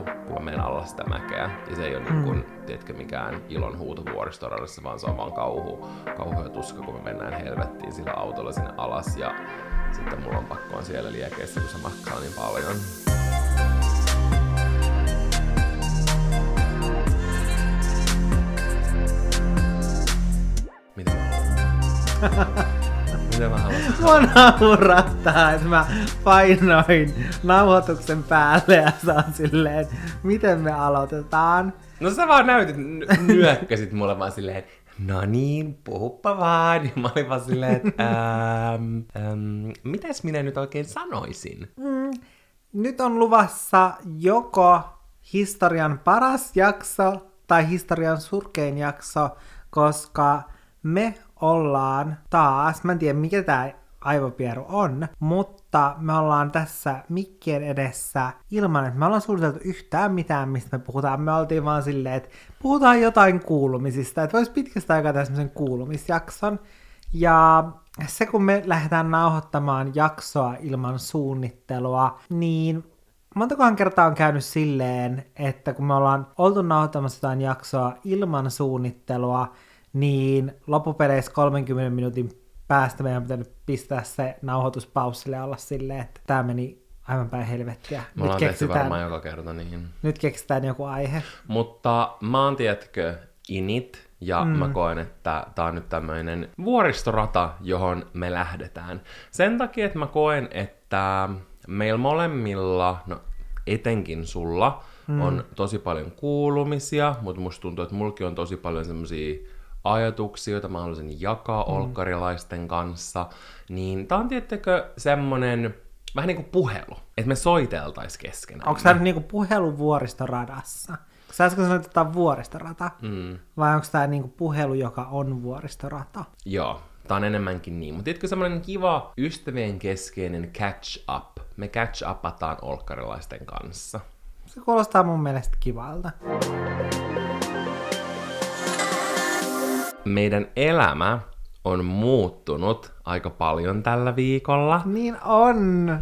kun mä menen alla sitä mäkeä. Ja se ei ole niin kuin, tiedätkö, mikään ilon huuto vuoristoradassa, vaan se on vaan kauhu ja tuska, kun me mennään helvettiin sillä autolla sinne alas. Ja sitten mulla on pakkoon siellä liekeissä, kun se maksaa niin paljon. Mitä mä haluaisin? Mua naurattaa, että mä painoin nauhoituksen päälle ja sä oot silleen, miten me aloitetaan. No sä vaan näytit, nyökkäsit mulle vaan silleen, no niin, puhuppa vaan. Ja mä olin vaan silleen, että mitäs minä nyt oikein sanoisin? Nyt on luvassa joko historian paras jakso tai historian surkein jakso, koska me ollaan taas, mä en tiedä mikä tää aivopieru on, mutta me ollaan tässä mikkien edessä ilman, että me ollaan suunniteltu yhtään mitään, mistä me puhutaan. Me oltiin vaan silleen, että puhutaan jotain kuulumisista, että vois pitkästä aikaa tehdä semmosen kuulumisjakson. Ja se, kun me lähdetään nauhoittamaan jaksoa ilman suunnittelua, niin montakohan kertaa on käynyt silleen, että kun me ollaan oltu nauhoittamassa jotain jaksoa ilman suunnittelua, niin loppupeleissä 30 minuutin päästä meidän on pitänyt pistää se nauhoituspaussille ja olla silleen, että tää meni aivan päin helvettiä. Me ollaan tehty varmaan joka kerta niin. Nyt keksitään joku aihe. Mutta mä oon, tiedätkö, init, ja mä koen, että tää on nyt tämmöinen vuoristorata, johon me lähdetään. Sen takia, että mä koen, että meillä molemmilla, no etenkin sulla, on tosi paljon kuulumisia, mutta musta tuntuu, että mullakin on tosi paljon semmosia ajatuksia, joita mä haluaisin jakaa olkkarilaisten kanssa, niin tää on tiettäkö semmonen vähän niinku puhelu, että me soiteltais keskenään. Onko tää nyt niinku puhelu vuoristoradassa? Sä äsken sanoit, että tää on vuoristorata? Vai onko tää niinku puhelu, joka on vuoristorata? Joo, tää on enemmänkin niin. Mutta tiedätkö semmonen kiva ystävien keskeinen catch up? Me catch upataan olkkarilaisten kanssa. Se kuulostaa mun mielestä kivalta. Meidän elämä on muuttunut aika paljon tällä viikolla. Niin on!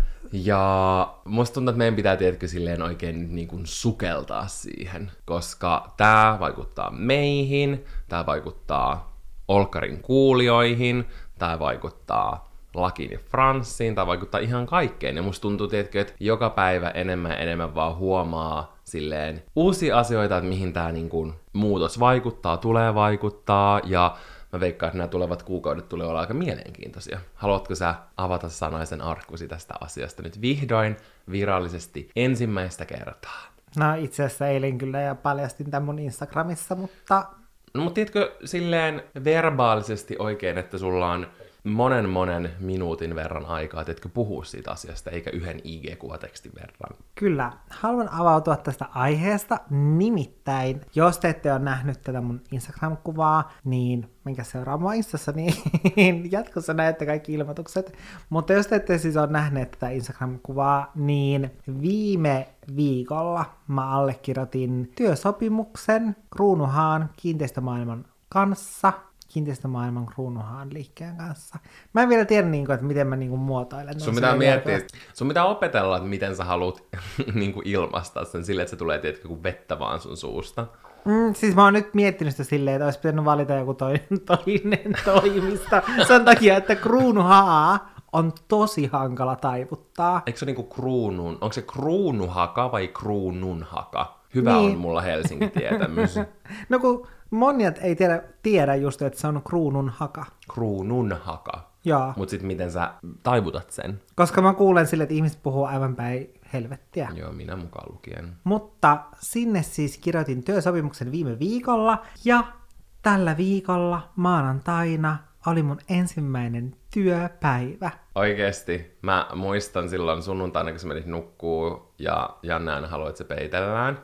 Ja musta tuntuu, että meidän pitää, tiedätkö, silleen oikein nyt niin kuin sukeltaa siihen, koska tää vaikuttaa meihin, tää vaikuttaa Olkkarin kuulijoihin, tää vaikuttaa Lakiin ja Franssiin, tää vaikuttaa ihan kaikkeen. Ja musta tuntuu, tiedätkö, että joka päivä enemmän ja enemmän vaan huomaa silleen uusia asioita, että mihin tää niin kuin muutos vaikuttaa, tulee vaikuttaa, ja mä veikkaan, että nämä tulevat kuukaudet tulee olla aika mielenkiintoisia. Haluatko sä avata sanaisen arkkusi tästä asiasta nyt vihdoin virallisesti ensimmäistä kertaa? No itse asiassa eilen kyllä ja paljastin tämän mun Instagramissa, mutta... No mutta tiedätkö silleen verbaalisesti oikein, että sulla on monen minuutin verran aikaa, tiedätkö, puhua siitä asiasta, eikä yhden IG-kuvatekstin verran. Kyllä, haluan avautua tästä aiheesta, nimittäin, jos te ette ole nähnyt tätä mun Instagram-kuvaa, niin menkää seuraamaan Instassa, niin jatkossa näette kaikki ilmoitukset. Mutta jos te ette siis ole nähneet tätä Instagram-kuvaa, niin viime viikolla mä allekirjoitin työsopimuksen Kruunuhaan kiinteistömaailman kanssa, kiinteistömaailman Kruunuhaan liikkeen kanssa. Mä en vielä tiedä, että miten mä muotoilen. Sun pitää miettiä, sun pitää opetella, että miten sä haluat ilmaistaa sen silleen, että se tulee, tiedätkö, kuin vettä vaan sun suusta. Siis mä oon nyt miettinyt sitä silleen, että olisi pitänyt valita joku toinen toimista. Sen takia, että Kruunuhaa on tosi hankala taivuttaa. Eikö se niinku kruunun, onko se kruunuhaka vai kruununhaka? Hyvä niin. On mulla Helsinki tietämys. No kun monet ei tiedä just, että se on Kruununhaka. Kruununhaka. Joo. Mut sit miten sä taivutat sen? Koska mä kuulen sille, että ihmiset puhuu aivan päin helvettiä. Joo, minä mukaan lukien. Mutta sinne siis kirjoitin työsopimuksen viime viikolla, ja tällä viikolla maanantaina oli mun ensimmäinen työpäivä. Oikeesti. Mä muistan silloin sunnuntaina, kun sä menit nukkuu, ja Janne aina haluaa, että se peitellään.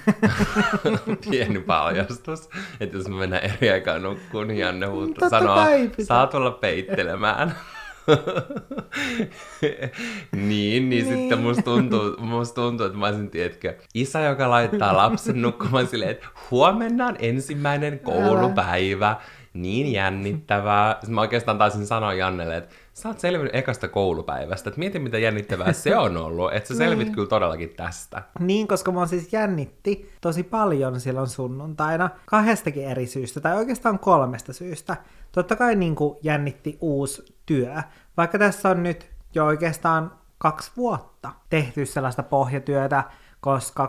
Pieni paljastus. Että jos me mennään eri aikaan nukkuun, niin Janne sanoo, saat olla peittelemään. niin sitten musta tuntuu, että mä olisin, tiedätkö, isä, joka laittaa lapsen nukkumaan silleen, että huomenna on ensimmäinen koulupäivä. Niin jännittävää. Sitten mä oikeastaan taisin sanoa Jannelle, että sä oot selvinnyt ekasta koulupäivästä, että mieti mitä jännittävää se on ollut, että sä selvit kyllä todellakin tästä. Niin, koska mua siis jännitti tosi paljon silloin sunnuntaina 2 eri syystä, tai oikeastaan 3 syystä. Totta kai niin kuin jännitti uusi työ, vaikka tässä on nyt jo oikeastaan 2 vuotta tehty sellaista pohjatyötä, koska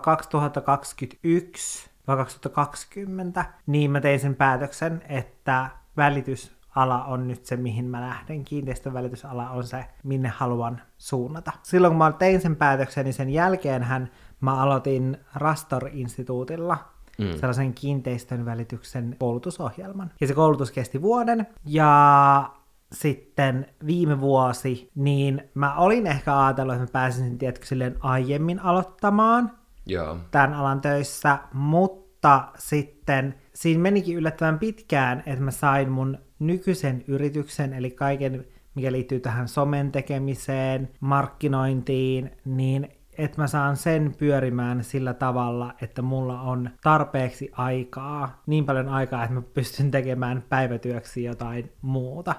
2021 vai 2020, niin mä tein sen päätöksen, että välitysala on nyt se, mihin mä lähden. Kiinteistön välitysala on se, minne haluan suunnata. Silloin kun mä tein sen päätöksen, niin sen jälkeenhän mä aloitin Rastor-instituutilla sellaisen kiinteistön välityksen koulutusohjelman. Ja se koulutus kesti vuoden, ja sitten viime vuosi, niin mä olin ehkä ajatellut, että mä pääsisin tietysti silleen aiemmin aloittamaan tämän alan töissä, mutta sitten siinä menikin yllättävän pitkään, että mä sain mun nykyisen yrityksen, eli kaiken, mikä liittyy tähän somen tekemiseen, markkinointiin, niin että mä saan sen pyörimään sillä tavalla, että mulla on tarpeeksi aikaa, niin paljon aikaa, että mä pystyn tekemään päivätyöksi jotain muuta.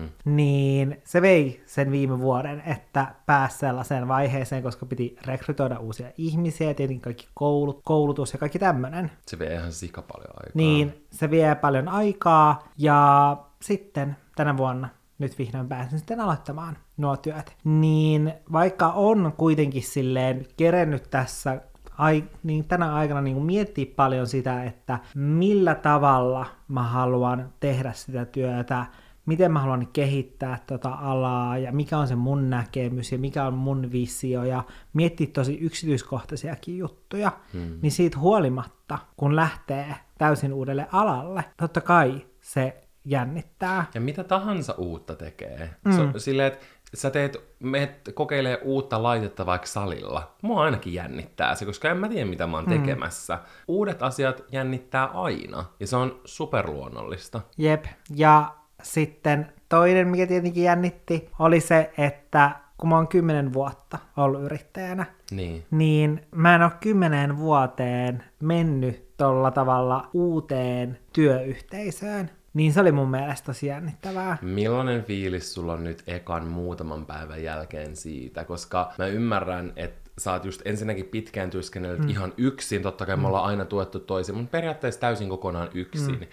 Niin se vei sen viime vuoden, että pääsi sellaiseen vaiheeseen, koska piti rekrytoida uusia ihmisiä, tietenkin kaikki koulutus ja kaikki tämmönen. Se vie ihan sika paljon aikaa. Niin, se vie paljon aikaa, ja sitten tänä vuonna nyt vihdoin pääsin sitten aloittamaan nuo työt. Niin vaikka on kuitenkin silleen kerennyt tässä niin tänä aikana niin kuin miettiä paljon sitä, että millä tavalla mä haluan tehdä sitä työtä, miten mä haluan kehittää tota alaa ja mikä on se mun näkemys ja mikä on mun visio ja miettiä tosi yksityiskohtaisiakin juttuja, niin siitä huolimatta, kun lähtee täysin uudelle alalle, totta kai se jännittää. Ja mitä tahansa uutta tekee. Silleen, että sä menet kokeilee uutta laitetta vaikka salilla. Mua ainakin jännittää se, koska en mä tiedä, mitä mä oon tekemässä. Uudet asiat jännittää aina, ja se on superluonnollista. Jep, ja sitten toinen, mikä tietenkin jännitti, oli se, että kun mä oon 10 vuotta ollut yrittäjänä, niin mä en ole 10 vuoteen mennyt tolla tavalla uuteen työyhteisöön. Niin se oli mun mielestä tosi jännittävää. Millainen fiilis sulla on nyt ekan muutaman päivän jälkeen siitä? Koska mä ymmärrän, että sä oot just ensinnäkin pitkään työskennellyt ihan yksin. Totta kai me ollaan aina tuettu toisiin, mutta periaatteessa täysin kokonaan yksin.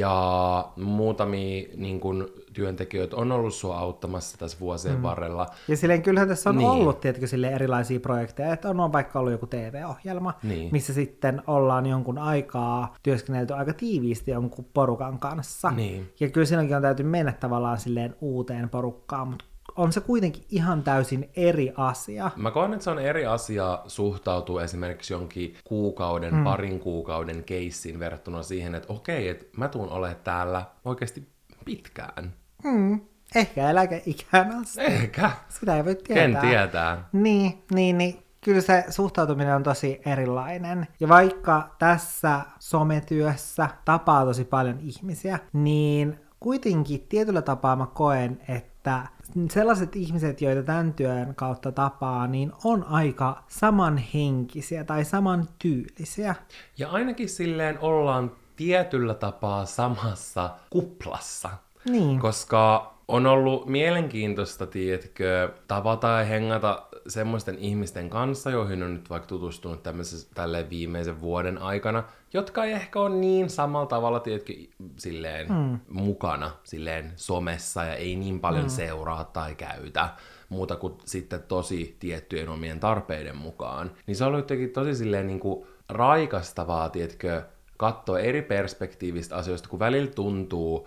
Ja muutamia niin kun, työntekijöitä on ollut sua auttamassa tässä vuosien varrella. Ja silleen kyllähän tässä on ollut tietenkin silleen erilaisia projekteja, että on vaikka ollut joku TV-ohjelma, missä sitten ollaan jonkun aikaa työskennelty aika tiiviisti jonkun porukan kanssa. Ja kyllä silloinkin on täytyy mennä tavallaan silleen uuteen porukkaan, mutta on se kuitenkin ihan täysin eri asia. Mä koen, että se on eri asia suhtautua esimerkiksi jonkin parin kuukauden keissiin verrattuna siihen, että okei, että mä tuun olemaan täällä oikeasti pitkään. Ehkä eläkeikään asti. Ehkä. Sitä ei voi tietää. Ken tietää. Niin. Kyllä se suhtautuminen on tosi erilainen. Ja vaikka tässä sometyössä tapaa tosi paljon ihmisiä, niin kuitenkin tietyllä tapaa mä koen, että sellaiset ihmiset, joita tämän työn kautta tapaa, niin on aika samanhenkisiä tai samantyylisiä. Ja ainakin silleen ollaan tietyllä tapaa samassa kuplassa. Niin. Koska on ollut mielenkiintoista, tiedätkö, tavata ja hengata semmoisten ihmisten kanssa, joihin on nyt vaikka tutustunut tälleen viimeisen vuoden aikana, jotka ei ehkä ole niin samalla tavalla, tiedätkö, silleen mukana silleen somessa ja ei niin paljon seuraa tai käytä muuta kuin sitten tosi tiettyjen omien tarpeiden mukaan. Niin se on ollut jotenkin tosi silleen niin kuin raikastavaa, tiedätkö, katsoa eri perspektiivistä asioista, kun välillä tuntuu,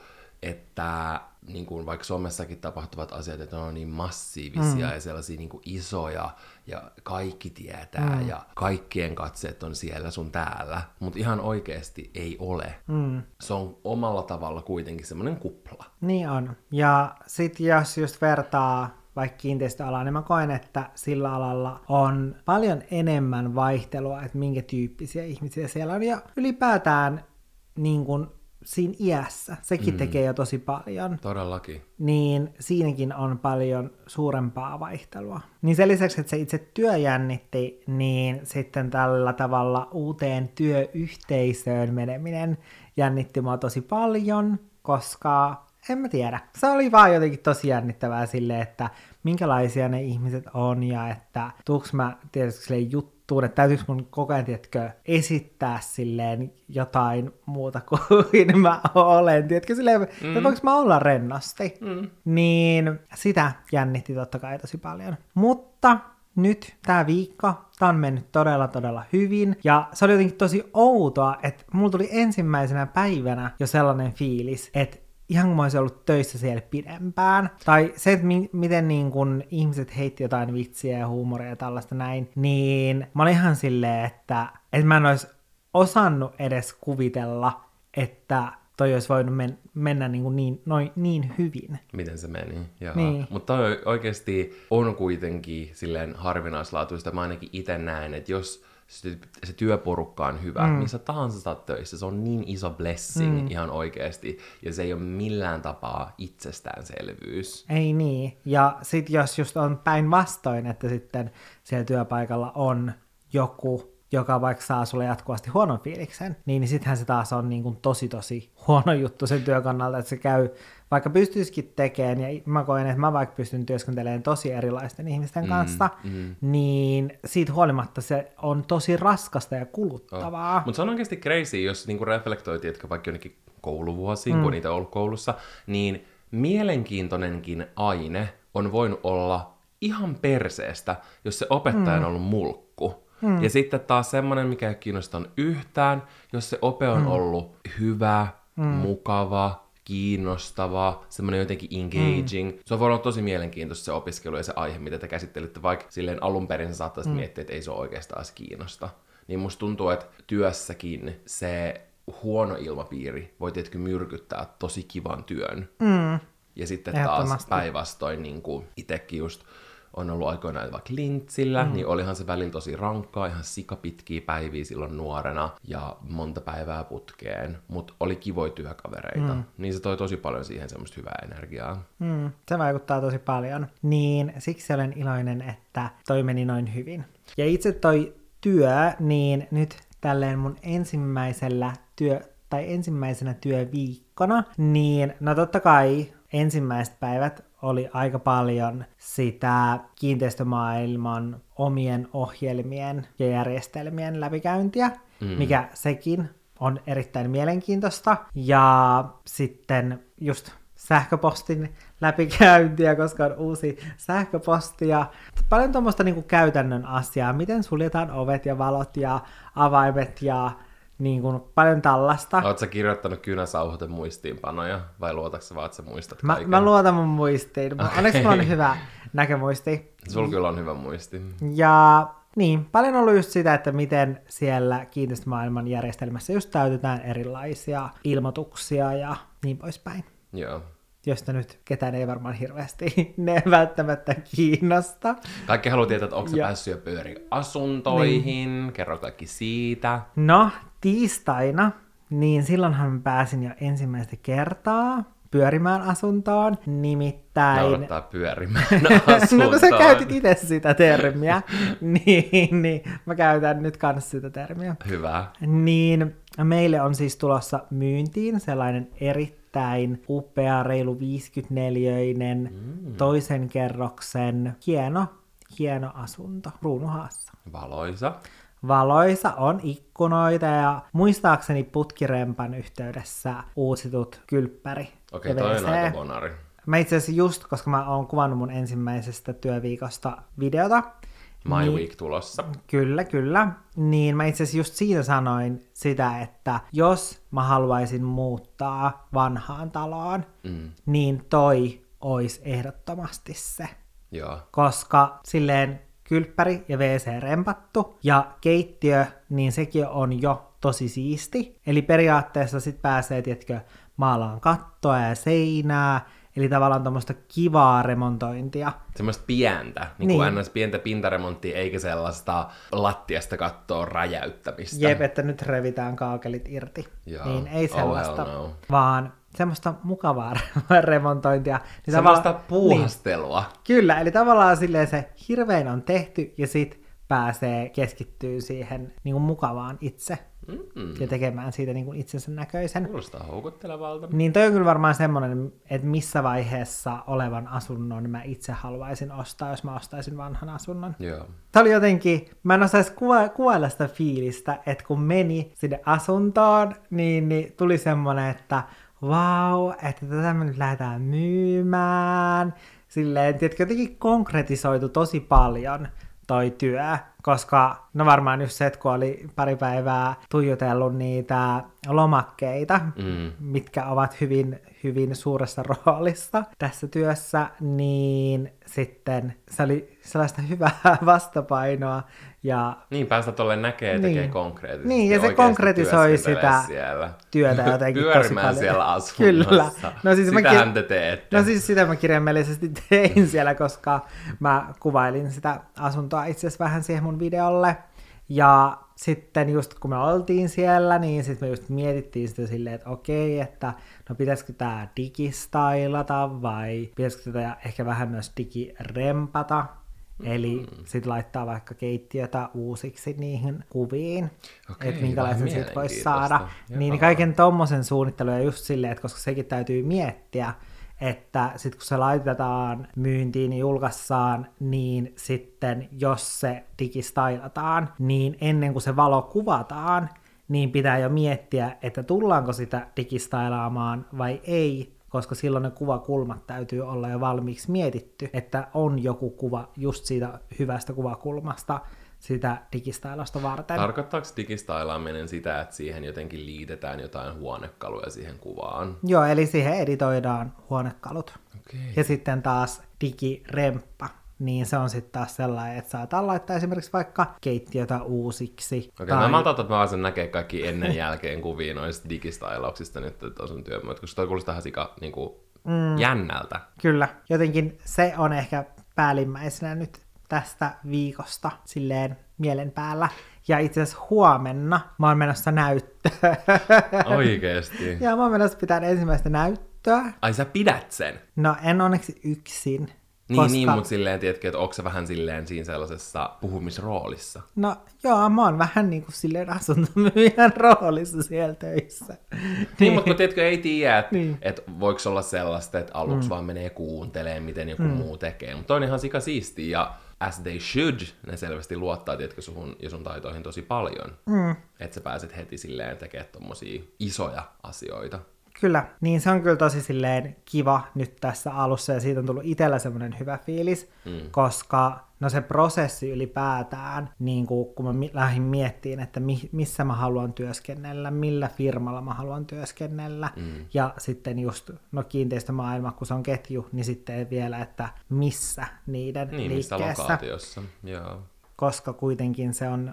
että niin kuin vaikka somessakin tapahtuvat asiat, että ne on niin massiivisia ja sellaisia niin kuin isoja ja kaikki tietää ja kaikkien katseet on siellä sun täällä, mutta ihan oikeasti ei ole. Se on omalla tavalla kuitenkin semmoinen kupla. Niin on. Ja sit jos just vertaa vaikka kiinteistöalaa, niin mä koen, että sillä alalla on paljon enemmän vaihtelua, että minkä tyyppisiä ihmisiä siellä on ja ylipäätään niin kuin siinä iässä. Sekin tekee jo tosi paljon. Todellakin. Niin siinäkin on paljon suurempaa vaihtelua. Niin sen lisäksi, että se itse työ jännitti, niin sitten tällä tavalla uuteen työyhteisöön meneminen jännitti mua tosi paljon, koska en mä tiedä. Se oli vaan jotenkin tosi jännittävää silleen, että minkälaisia ne ihmiset on ja että tuuks mä tietysti silleen juttuun, että täytyykö mun koko ajan, tiedätkö, esittää silleen jotain muuta kuin mä olen, tiedätkö, silleen, että voinko mä olla rennosti. Niin sitä jännitti totta kai tosi paljon. Mutta nyt tää viikko, tää on mennyt todella hyvin, ja se oli jotenkin tosi outoa, että mulla tuli ensimmäisenä päivänä jo sellainen fiilis, että ihan kun mä olisin ollut töissä siellä pidempään, tai se, että miten niin kun ihmiset heitti jotain vitsiä ja huumoria ja tällaista näin, niin mä olin ihan silleen, että mä en olisi osannut edes kuvitella, että toi olisi voinut mennä niin hyvin. Miten se meni, joo. Niin. Mutta toi oikeasti on kuitenkin silleen harvinaislaatuista. Mä ainakin itse näen, että jos se työporukka on hyvä, missä tahansa sä oot töissä, se on niin iso blessing ihan oikeasti, ja se ei ole millään tapaa itsestäänselvyys. Ei niin, ja sit jos just on päinvastoin, että sitten siellä työpaikalla on joku, joka vaikka saa sulle jatkuvasti huonon fiiliksen, niin sittenhän se taas on niin kuin tosi huono juttu sen työn kannalta, että se käy, vaikka pystyisikin tekemään, ja mä koen, että mä vaikka pystyn työskentelemään tosi erilaisten ihmisten kanssa, niin siitä huolimatta se on tosi raskasta ja kuluttavaa. Mutta se on oikeasti crazy, jos niinku reflektoi, että vaikka jonnekin kouluvuosiin, kun niitä on ollut koulussa, niin mielenkiintoinenkin aine on voinut olla ihan perseestä, jos se opettaja on ollut mulkku. Ja sitten taas semmoinen, mikä ei kiinnostanut yhtään, jos se ope on ollut hyvä, mukava, kiinnostava, semmoinen jotenkin engaging. Se on voinut olla tosi mielenkiintoista se opiskelu ja se aihe, mitä te käsittelitte, vaikka silleen alun perin sä saattaisi miettiä, että ei se ole oikeastaan kiinnosta. Niin musta tuntuu, että työssäkin se huono ilmapiiri voi tietenkin myrkyttää tosi kivan työn. Ja sitten taas päinvastoin, niin kuin itsekin just on ollut aikoinaan vaikka lintsillä, niin olihan se välillä tosi rankkaa, ihan sikapitkiä päiviä silloin nuorena ja monta päivää putkeen, mutta oli kivoja työkavereita. Niin se toi tosi paljon siihen semmoista hyvää energiaa. Se vaikuttaa tosi paljon. Niin siksi olen iloinen, että toi meni noin hyvin. Ja itse toi työ, niin nyt tälleen mun ensimmäisenä työviikkona, niin no totta kai ensimmäiset päivät oli aika paljon sitä kiinteistömaailman omien ohjelmien ja järjestelmien läpikäyntiä, mikä sekin on erittäin mielenkiintoista. Ja sitten just sähköpostin läpikäyntiä, koska on uusi sähköposti ja paljon tuommoista niinku käytännön asiaa, miten suljetaan ovet ja valot ja avaimet ja niin kuin paljon tällaista. Oletko sä kirjoittanut kynäsauhuten muistiinpanoja, vai luotatko vaan, että sä muistat kaiken? Mä luotan mun muistiin. Okay. Onneksi mulla on hyvä näkömuisti. Sulla kyllä on hyvä muisti. Ja niin, paljon on ollut just sitä, että miten siellä kiinteistömaailman järjestelmässä just täytetään erilaisia ilmoituksia ja niin poispäin. Joo. Josta nyt ketään ei varmaan hirveästi ne välttämättä kiinnosta. Kaikki haluaa tietää, että onko sä päässyt jo pyöriin asuntoihin, kerro kaikki siitä. No, tiistaina, niin silloinhan mä pääsin jo ensimmäistä kertaa pyörimään asuntoon, nimittäin... Naurattaa pyörimään asuntoon. No kun sä käytit itse sitä termiä, niin mä käytän nyt kanssa sitä termiä. Hyvä. Niin meille on siis tulossa myyntiin sellainen erittäin upea, reilu 54-neliöinen toisen kerroksen hieno asunto Kruunuhaassa. Valoisa, on ikkunoita ja muistaakseni putkirempan yhteydessä uusitut kylppäri. Okei, toi on aika bonari. Mä itse asiassa just, koska mä oon kuvannut mun ensimmäisestä työviikosta videota. My Week tulossa. Kyllä. Niin mä itse asiassa just siinä sanoin sitä, että jos mä haluaisin muuttaa vanhaan taloon, niin toi ois ehdottomasti se. Joo. Koska silleen kylppäri ja WC rempattu ja keittiö, niin sekin on jo tosi siisti. Eli periaatteessa sit pääsee, tiedätkö, maalaan kattoa ja seinää, eli tavallaan tuommoista kivaa remontointia. Semmoista pientä, niin kuin ns. Pientä pintaremonttia, eikä sellaista lattiasta kattoa räjäyttämistä. Jep, että nyt revitään kaakelit irti. Joo. Niin ei sellaista, no. vaan semmoista mukavaa remontointia. Niin semmoista puuhastelua. Niin, kyllä, eli tavallaan silleen se hirvein on tehty ja sit pääsee keskittyä siihen niin kuin mukavaan itse ja tekemään siitä niin kuin itsensä näköisen. Kuulostaa houkuttelevalta. Niin toi on kyllä varmaan semmoinen, että missä vaiheessa olevan asunnon mä itse haluaisin ostaa, jos mä ostaisin vanhan asunnon. Joo. Tämä oli jotenkin, mä en osaisi kuvailla sitä fiilistä, että kun meni sinne asuntoon, niin tuli semmoinen, että vau, että tätä me nyt lähdetään myymään. Silleen, tiedätkö, jotenkin konkretisoitu tosi paljon toi työ, koska no varmaan just se, että kun oli pari päivää tuijotellut niitä lomakkeita, mitkä ovat hyvin, hyvin suuressa roolissa tässä työssä, niin sitten se oli sellaista hyvää vastapainoa. Ja niin, päästä tolleen näkee ja tekee konkreettisesti. Niin, ja se konkretisoi sitä työtä jotenkin tosi paljon. Siellä asunnossa. Kyllä. No siis sitähän te teette. No siis sitä mä kirjaimellisesti tein siellä, koska mä kuvailin sitä asuntoa itse asiassa vähän siihen mun videolle. Ja sitten just kun me oltiin siellä, niin sitten me just mietittiin sitä silleen, että okei, että no pitäisikö tää digistailata vai pitäisikö tätä ehkä vähän myös digirempata. Eli sit laittaa vaikka keittiötä uusiksi niihin kuviin, että minkälaisen sit voisi saada. Niin kaiken tommosen suunnittelu ja just silleen, että koska sekin täytyy miettiä, että sit kun se laitetaan myyntiin ja julkaissaan, niin sitten jos se digistailataan, niin ennen kuin se valo kuvataan, niin pitää jo miettiä, että tullaanko sitä digistailaamaan vai ei, koska silloin ne kuvakulmat täytyy olla jo valmiiksi mietitty, että on joku kuva just siitä hyvästä kuvakulmasta sitä digistailausta varten. Tarkoittaako digistailaaminen sitä, että siihen jotenkin liitetään jotain huonekaluja siihen kuvaan? Joo, eli siihen editoidaan huonekalut. Okay. Ja sitten taas digiremppa, niin se on sitten taas sellainen, että saattaa laittaa esimerkiksi vaikka keittiötä uusiksi. Okei, mä maltaan, että mä vaan sen näkee kaikki ennen jälkeen kuvia noista digistailauksista nyt tuossa työmuoto, koska toi kuulostaa ihan niinku jännältä. Kyllä, jotenkin se on ehkä päällimmäisenä nyt tästä viikosta silleen mielen päällä. Ja itse asiassa huomenna mä oon menossa näyttöön. Oikeesti? Ja mä oon menossa pitää ensimmäistä näyttöä. Ai sä pidät sen? No en onneksi yksin. Niin, mutta silleen, tiedätkö, että onko se vähän silleen siinä sellaisessa puhumisroolissa? No joo, mä oon vähän niin kuin silleen asuntomyyjän roolissa siellä töissä. Niin, mutta tiedätkö, ei tiedä, että et voiko olla sellaista, että aluksi vaan menee kuuntelemaan, miten joku muu tekee. Mutta on ihan sika siistiä, ja as they should, ne selvästi luottaa, tiedätkö, suhun ja sun taitoihin tosi paljon. Että sä pääset heti silleen tekemään tommosia isoja asioita. Kyllä, niin se on kyllä tosi silleen kiva nyt tässä alussa, ja siitä on tullut itsellä semmoinen hyvä fiilis, koska no se prosessi ylipäätään, niin kun mä lähdin miettimään, että missä mä haluan työskennellä, millä firmalla mä haluan työskennellä, ja sitten just, no kiinteistömaailma, kun se on ketju, niin sitten vielä, että missä niiden liikkeessä. Missä lokaatiossa, joo. Koska kuitenkin se on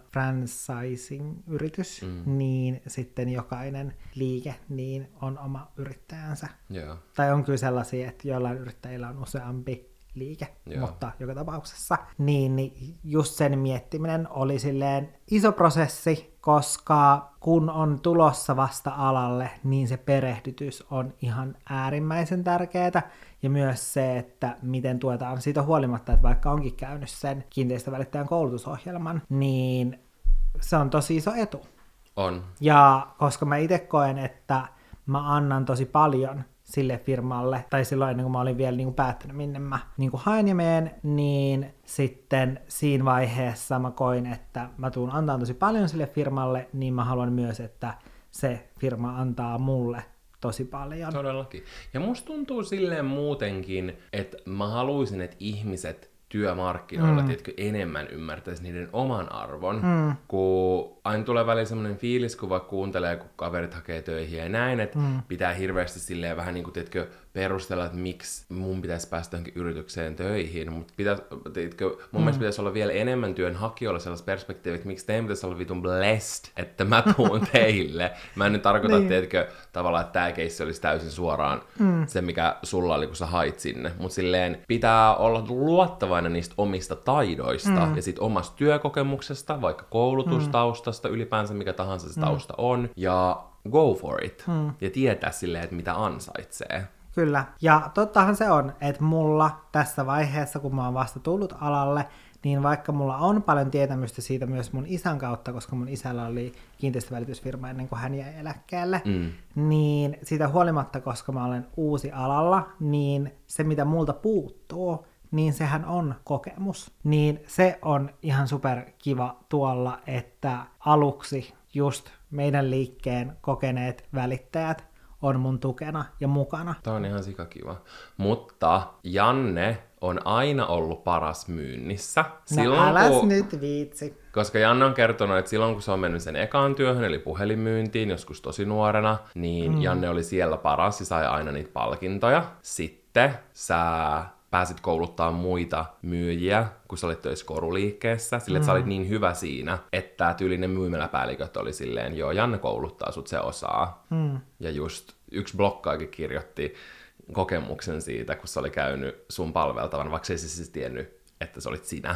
franchising-yritys, niin sitten jokainen liike niin on oma yrittäjänsä. Yeah. Tai on kyllä sellaisia, että joillain yrittäjillä on useampi liike, mutta joka tapauksessa. Niin just sen miettiminen oli silleen iso prosessi, koska kun on tulossa vasta alalle, niin se perehdytys on ihan äärimmäisen tärkeää. Ja myös se, että miten tuetaan siitä huolimatta, että vaikka onkin käynyt sen kiinteistövälittäjän koulutusohjelman, niin se on tosi iso etu. On. Ja koska mä itse koen, että mä annan tosi paljon sille firmalle, tai silloin ennen kuin mä olin vielä niin kuin päättänyt, minne mä niin kuin haen ja meen, niin sitten siinä vaiheessa mä koin, että mä tuun antaa tosi paljon sille firmalle, niin mä haluan myös, että se firma antaa mulle tosi paljon. Todellakin. Ja musta tuntuu silleen muutenkin, että mä haluaisin, että ihmiset työmarkkinoilla, tiedätkö, enemmän ymmärtäisi niiden oman arvon, kun aina tulee välillä semmoinen fiilis, kun vaikka kuuntelee, kun kaverit hakee töihin ja näin, että pitää hirveästi silleen vähän niin kuin, tiedätkö, perustella, että miksi mun pitäisi päästä johonkin yritykseen töihin, mutta tiedätkö, mun mielestä pitäisi olla vielä enemmän työnhakijoilla sellaista perspektiiviä, että miksi teidän pitäisi olla vitun blessed, että mä tuun teille. Mä en nyt tarkoita, tiedätkö, tavallaan, että tää keissi olisi täysin suoraan se, mikä sulla oli, kun sä hait sinne, mutta silleen pitää olla luottavainen niistä omista taidoista ja sit omasta työkokemuksesta, vaikka koulutustaustasta, ylipäänsä mikä tahansa se tausta on, ja go for it. Ja tietää silleen, että mitä ansaitsee. Kyllä, ja tottahan se on, että mulla tässä vaiheessa, kun mä oon vasta tullut alalle, niin vaikka mulla on paljon tietämystä siitä myös mun isän kautta, koska mun isällä oli kiinteistövälitysfirma ennen kuin hän jäi eläkkeelle, niin siitä huolimatta, koska mä olen uusi alalla, niin se mitä multa puuttuu, niin sehän on kokemus. Niin se on ihan super kiva tuolla, että aluksi just meidän liikkeen kokeneet välittäjät on mun tukena ja mukana. Tämä on ihan sikakiva. Mutta Janne on aina ollut paras myynnissä. Nyt viitsi. Koska Janne on kertonut, että silloin kun se on mennyt sen ekaan työhön, eli puhelinmyyntiin, joskus tosi nuorena, niin Janne oli siellä paras ja sai aina niitä palkintoja. Sitten sä pääsit kouluttaa muita myyjiä, kun sä olit töissä koruliikkeessä, sillä että sä olit niin hyvä siinä, että tyylinen myymäläpäälliköt oli silleen, joo, Janne kouluttaa sut, se osaa. Ja just yksi blokkaakin kirjoitti kokemuksen siitä, kun se oli käynyt sun palveltavan, vaikka ei se siis tiennyt, että sä olit sinä.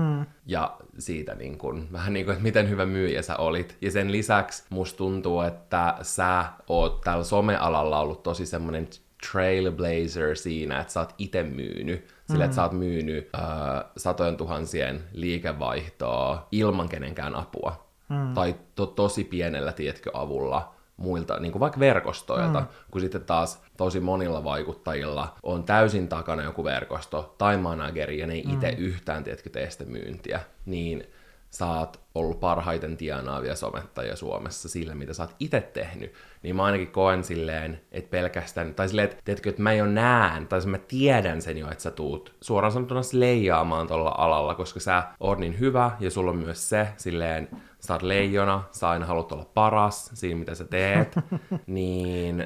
Ja siitä niin kun, vähän niin kuin, että miten hyvä myyjä sä olit. Ja sen lisäksi musta tuntuu, että sä oot tällä somealalla ollut tosi semmonen trailblazer siinä, että sä oot ite myynyt. Sillä, että sä oot myynyt satojen tuhansien liikevaihtoa ilman kenenkään apua. Tai tosi pienellä, tiedätkö, avulla muilta, niin kuin vaikka verkostoilta, kun sitten taas tosi monilla vaikuttajilla on täysin takana joku verkosto tai manageri, ja ne ei itse yhtään, tiedätkö, tee sitä myyntiä, niin sä oot ollut parhaiten tienaavia somettajia Suomessa sillä, mitä sä oot itse tehnyt. Niin mä ainakin koen silleen, että pelkästään, tai silleen, että tiedätkö, että mä jo näen, tai mä tiedän sen jo, että sä tuut suoraan sanottuna leijaamaan tuolla alalla, koska sä oot niin hyvä, ja sulla on myös se, silleen, sä oot leijona, sä aina haluat olla paras siinä, mitä sä teet, niin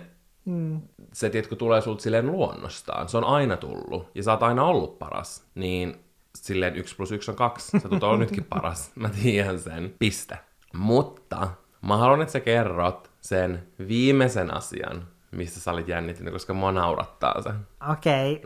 se, tiedätkö, tulee sulta silleen luonnostaan. Se on aina tullut, ja sä oot aina ollut paras, niin silleen 1+1 on 2. Sä tulet olla nytkin paras. Mä tiedän sen. Piste. Mutta mä haluan, että sä kerrot sen viimeisen asian, mistä sä olit jännittynyt, koska mua naurattaa se. Okei.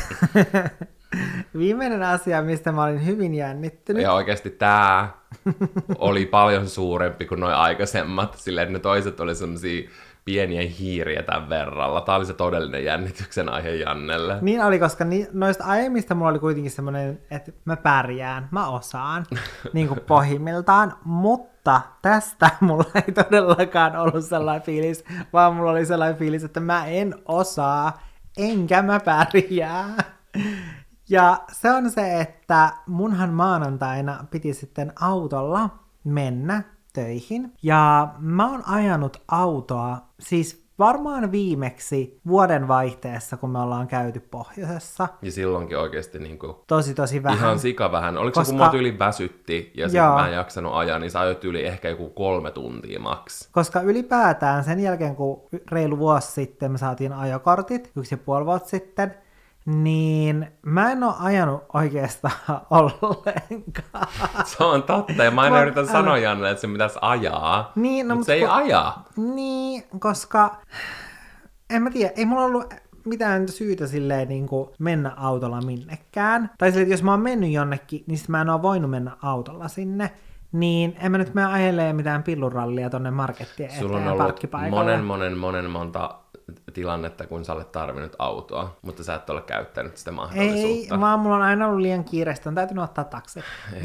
Viimeinen asia, mistä mä olin hyvin jännittynyt. Ja oikeasti tää oli paljon suurempi kuin noi aikaisemmat. Silleen, että ne toiset oli semmosia pieniä hiiriä tämän verralla. Tää oli se todellinen jännityksen aihe Jannelle. Niin oli, koska noista aiemmista mulla oli kuitenkin semmoinen, että mä pärjään, mä osaan, niin kuin pohjimmiltaan, mutta tästä mulla ei todellakaan ollut sellainen fiilis, vaan mulla oli sellainen fiilis, että mä en osaa, enkä mä pärjää. Ja se on se, että munhan maanantaina piti sitten autolla mennä töihin. Ja mä oon ajanut autoa, siis varmaan viimeksi vuoden vaihteessa, kun me ollaan käyty pohjoisessa. Ja silloinkin oikeasti niinku tosi vähän. Ihan sika vähän. Oliko se, kun mua tyyli väsytti ja sitten mä en jaksanut ajaa, niin sä ajoit yli ehkä joku 3 tuntia maks. Koska ylipäätään sen jälkeen, kun reilu vuosi sitten me saatiin ajokortit, 1,5 vuotta sitten, niin mä en oo ajanut oikeastaan ollenkaan. Se on totta, ja mä aina yritän sanoa Janne, että se pitäisi ajaa, niin, no, mutta se ei aja. Niin, koska en mä tiedä, ei mulla ollut mitään syytä silleen niin kuin mennä autolla minnekään. Tai silleen, että jos mä oon mennyt jonnekin, niin sit mä en oo voinut mennä autolla sinne. Niin en mä nyt mene ajelemaan mitään pillurallia tonne markettien eteen Sulla on ollut parkkipaikalle. monta tilannetta, kun sä olet tarvinnut autoa, mutta sä et ole käyttänyt sitä mahdollisuutta. Ei, vaan mulla on aina ollut liian kiireistä, on täytynyt ottaa taksi.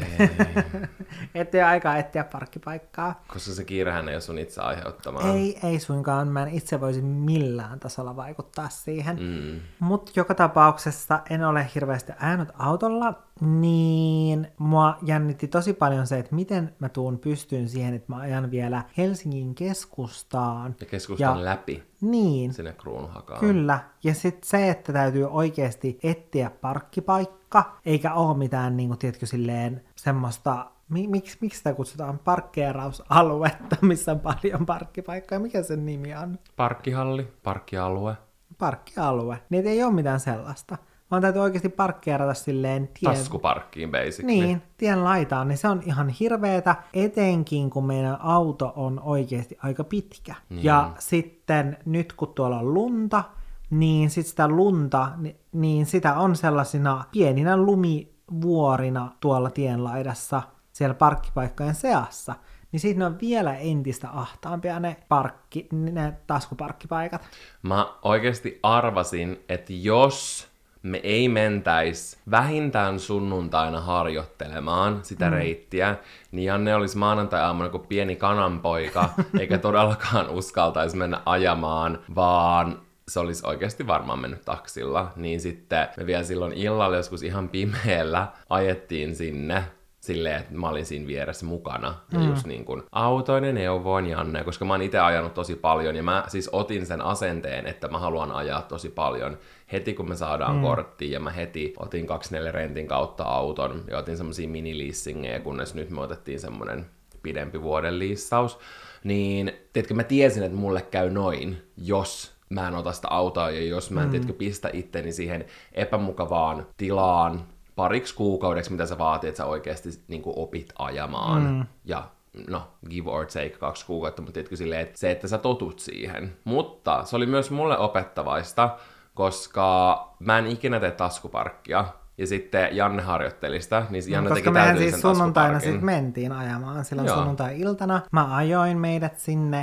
Ettei aikaa etsiä parkkipaikkaa. Koska se kiirehän ei ole sun itse aiheuttamaan. Ei suinkaan, mä en itse voisi millään tasolla vaikuttaa siihen. Mutta joka tapauksessa en ole hirveästi ajanut autolla, niin mua jännitti tosi paljon se, että miten mä pystyn siihen, että mä ajan vielä Helsingin keskustaan. Ja keskustan läpi. Niin. Sinne Kruunuhakaan. Kyllä. Ja sitten se, että täytyy oikeasti etsiä parkkipaikka, eikä ole mitään, niin kuin, tiedätkö, silleen semmoista, miksi sitä kutsutaan, parkkeerausaluetta, missä on paljon parkkipaikkoja. Mikä sen nimi on? Parkkihalli, parkkialue. Parkkialue. Niin ei ole mitään sellaista. Vaan täytyy oikeasti parkkeerata silleen taskuparkkiin basically. Niin, tien laitaan, niin se on ihan hirveetä, etenkin kun meidän auto on oikeasti aika pitkä. Ja sitten nyt kun tuolla on lunta, niin sit sitä lunta, niin sitä on sellaisina pieninä lumivuorina tuolla tien laidassa siellä parkkipaikkojen seassa. Niin sitten ne on vielä entistä ahtaampia ne taskuparkkipaikat. Mä oikeasti arvasin, että jos me ei mentäisi vähintään sunnuntaina harjoittelemaan sitä reittiä, niin Janne olisi maanantai-aamuna kuin pieni kananpoika, eikä todellakaan uskaltaisi mennä ajamaan, vaan se olisi oikeasti varmaan mennyt taksilla. Niin sitten me vielä silloin illalla joskus ihan pimeällä ajettiin sinne, silleen, että mä olin siinä vieressä mukana. Ja just niin kuin autoin ja neuvoin Janne, koska mä oon itse ajanut tosi paljon. Ja mä siis otin sen asenteen, että mä haluan ajaa tosi paljon heti kun me saadaan korttiin. Ja mä heti otin 24 rentin kautta auton ja otin semmosia mini-leasingeja, kunnes nyt me otettiin semmonen pidempi vuoden liissaus. Niin, tiedätkö, mä tiesin, että mulle käy noin, jos mä en ota sitä autoa ja jos mä en, tiedätkö, pistä itteni siihen epämukavaan tilaan pariksi kuukaudeksi, mitä se vaatii, että sä oikeasti niin kuin opit ajamaan. Ja no, give or take 2 kuukautta, mutta tiedätkö silleen, että se, että sä totut siihen. Mutta se oli myös mulle opettavaista, koska mä en ikinä tee taskuparkkia. Ja sitten Janne harjoitteli sitä, niin Janne teki mehän täytyisen siis sunnuntaina taskuparkin. sitten mentiin ajamaan silloin sunnuntai-iltana. Mä ajoin meidät sinne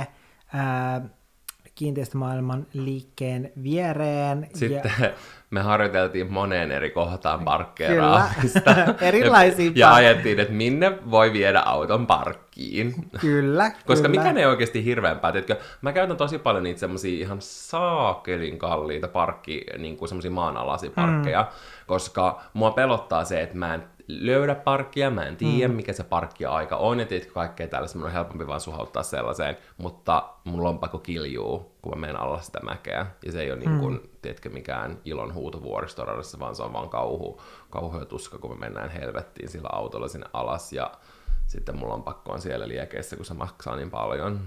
kiinteistömaailman liikkeen viereen. Sitten me harjoiteltiin moneen eri kohtaan parkkeeraamista. Kyllä, erilaisia ja ajettiin, että minne voi viedä auton parkkiin. Kyllä, Koska kyllä. mikään ei oikeasti hirveämpää. Tiedätkö, mä käytän tosi paljon niitä semmosia ihan saakelin kalliita niinku semmosia maanalaisia parkkeja, koska mua pelottaa se, että mä en löydä parkkia, mä en tiedä, mikä se parkkia-aika on, ja tiedätkö, kaikkea tällaista, mun on helpompi vaan suhauttaa sellaiseen, mutta mun lompakko kiljuu, kun mä menen alla sitä mäkeä, ja se ei ole niin kuin, tiedätkö, mikään ilon huuto vuoristoradassa, vaan se on vaan kauhea tuska, kun me mennään helvettiin sillä autolla sinne alas, ja sitten mulla on pakko siellä liekeissä, kun se maksaa niin paljon.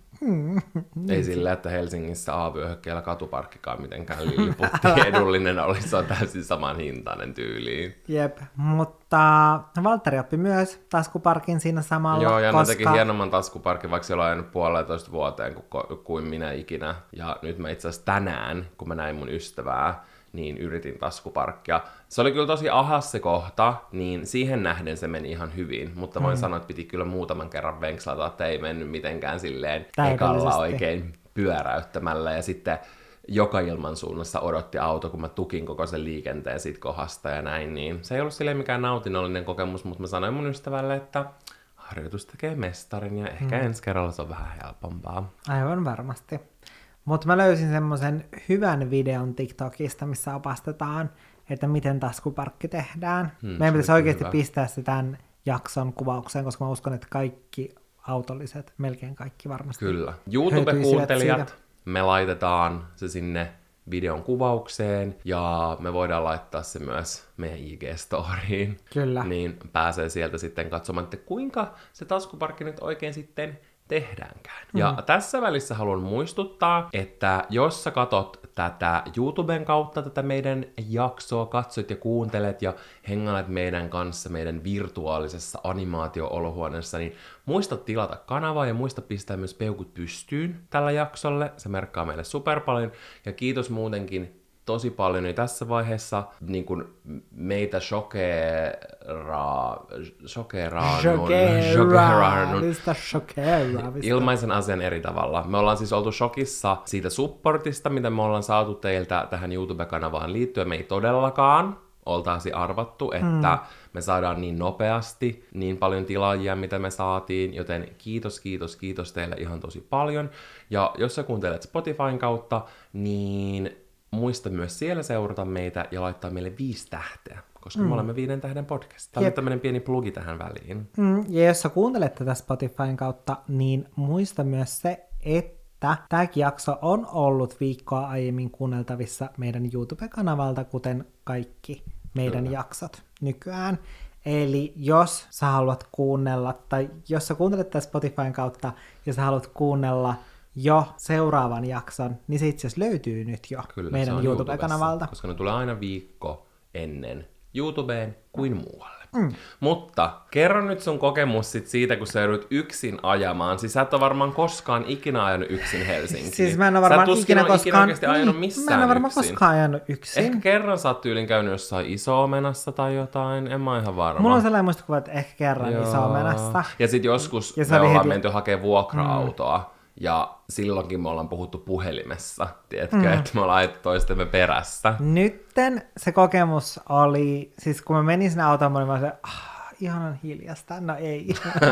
Ei sillä, että Helsingissä A-vyöhykkeellä katuparkkikaan mitenkään lilliputti edullinen olisi, se on täysin saman hintainen tyyliin. Jep, mutta Valtteri oppi myös taskuparkin siinä samalla. Joo, ja ne teki hienomman taskuparkin, vaikka siellä on ajanut 1,5 vuoteen kuin minä ikinä. Ja nyt mä itse asiassa tänään, kun mä näin mun ystävää, niin yritin taskuparkkia. Se oli kyllä tosi ahas se kohta, niin siihen nähden se meni ihan hyvin, mutta voin sanoa, että piti kyllä muutaman kerran venkslata, että ei mennyt mitenkään silleen ekalla oikein pyöräyttämällä, ja sitten joka ilmansuunnassa odotti auto, kun mä tukin koko sen liikenteen siitä kohdasta ja näin, niin se ei ollut silleen mikään nautinnollinen kokemus, mutta mä sanoin mun ystävälle, että harjoitus tekee mestarin, ja ehkä ensi kerralla se on vähän helpompaa. Aivan varmasti. Mutta mä löysin semmoisen hyvän videon TikTokista, missä opastetaan, että miten taskuparkki tehdään. Meidän pitäisi oikeasti pistää se tämän jakson kuvaukseen, koska mä uskon, että kaikki autolliset, melkein kaikki varmasti Kyllä. YouTube-kuuntelijat, me laitetaan se sinne videon kuvaukseen, ja me voidaan laittaa se myös meidän IG-storiin. Kyllä. Niin pääsee sieltä sitten katsomaan, että kuinka se taskuparkki nyt oikein sitten tehdäänkään. Ja tässä välissä haluan muistuttaa, että jos sä katot tätä YouTuben kautta tätä meidän jaksoa, katsoit ja kuuntelet ja hengailet meidän kanssa meidän virtuaalisessa animaatio-olohuoneessa, niin muista tilata kanavaa ja muista pistää myös peukut pystyyn tällä jaksolle. Se merkkaa meille super paljon, ja kiitos muutenkin tosi paljon niin tässä vaiheessa niin kuin meitä ilmaisen asian eri tavalla. Me ollaan siis oltu shokissa siitä supportista, mitä me ollaan saatu teiltä tähän YouTube-kanavaan liittyen. Me ei todellakaan oltaisi arvattu, että me saadaan niin nopeasti niin paljon tilaajia, mitä me saatiin, joten kiitos teille ihan tosi paljon. Ja jos sä kuuntelet Spotifyn kautta, niin muista myös siellä seurata meitä ja laittaa meille 5 tähteä, koska me olemme 5 tähden podcast. Tämä on tämmöinen pieni plugi tähän väliin. Ja jos sä kuuntelet tätä Spotifyn kautta, niin muista myös se, että tämäkin jakso on ollut viikkoa aiemmin kuunneltavissa meidän YouTube-kanavalta, kuten kaikki meidän jaksot nykyään. Eli jos sä haluat kuunnella, tai jos sä kuuntelet tätä Spotifyn kautta ja sä haluat kuunnella jo seuraavan jakson, niin se itse asiassa löytyy nyt jo kyllä, meidän YouTube-kanavalta. Koska ne tulee aina viikko ennen YouTubeen kuin muualle. Mutta kerro nyt sun kokemus siitä, kun sä joudut yksin ajamaan. Siis sä et ole varmaan koskaan ikinä ajanut yksin Helsinkiin. Siis mä en ole varmaan ikinä ajanut missään mä en ole varmaan yksin. koskaan ajanut yksin. Ehkä kerran sä oot tyylin käynyt jossain Iso-Omenassa tai jotain, en mä ihan varma. Mulla on sellainen muistikuva, että ehkä kerran Iso-Omenassa. Ja sit joskus me ollaan menty hakemaan vuokra-autoa. Ja silloinkin me ollaan puhuttu puhelimessa, tiedätkö, että me ollaan ajettu toistemme perässä. Nytten se kokemus oli, siis kun mä menin sinne autoon, mä olin se, ihanan hiljasta, no ei.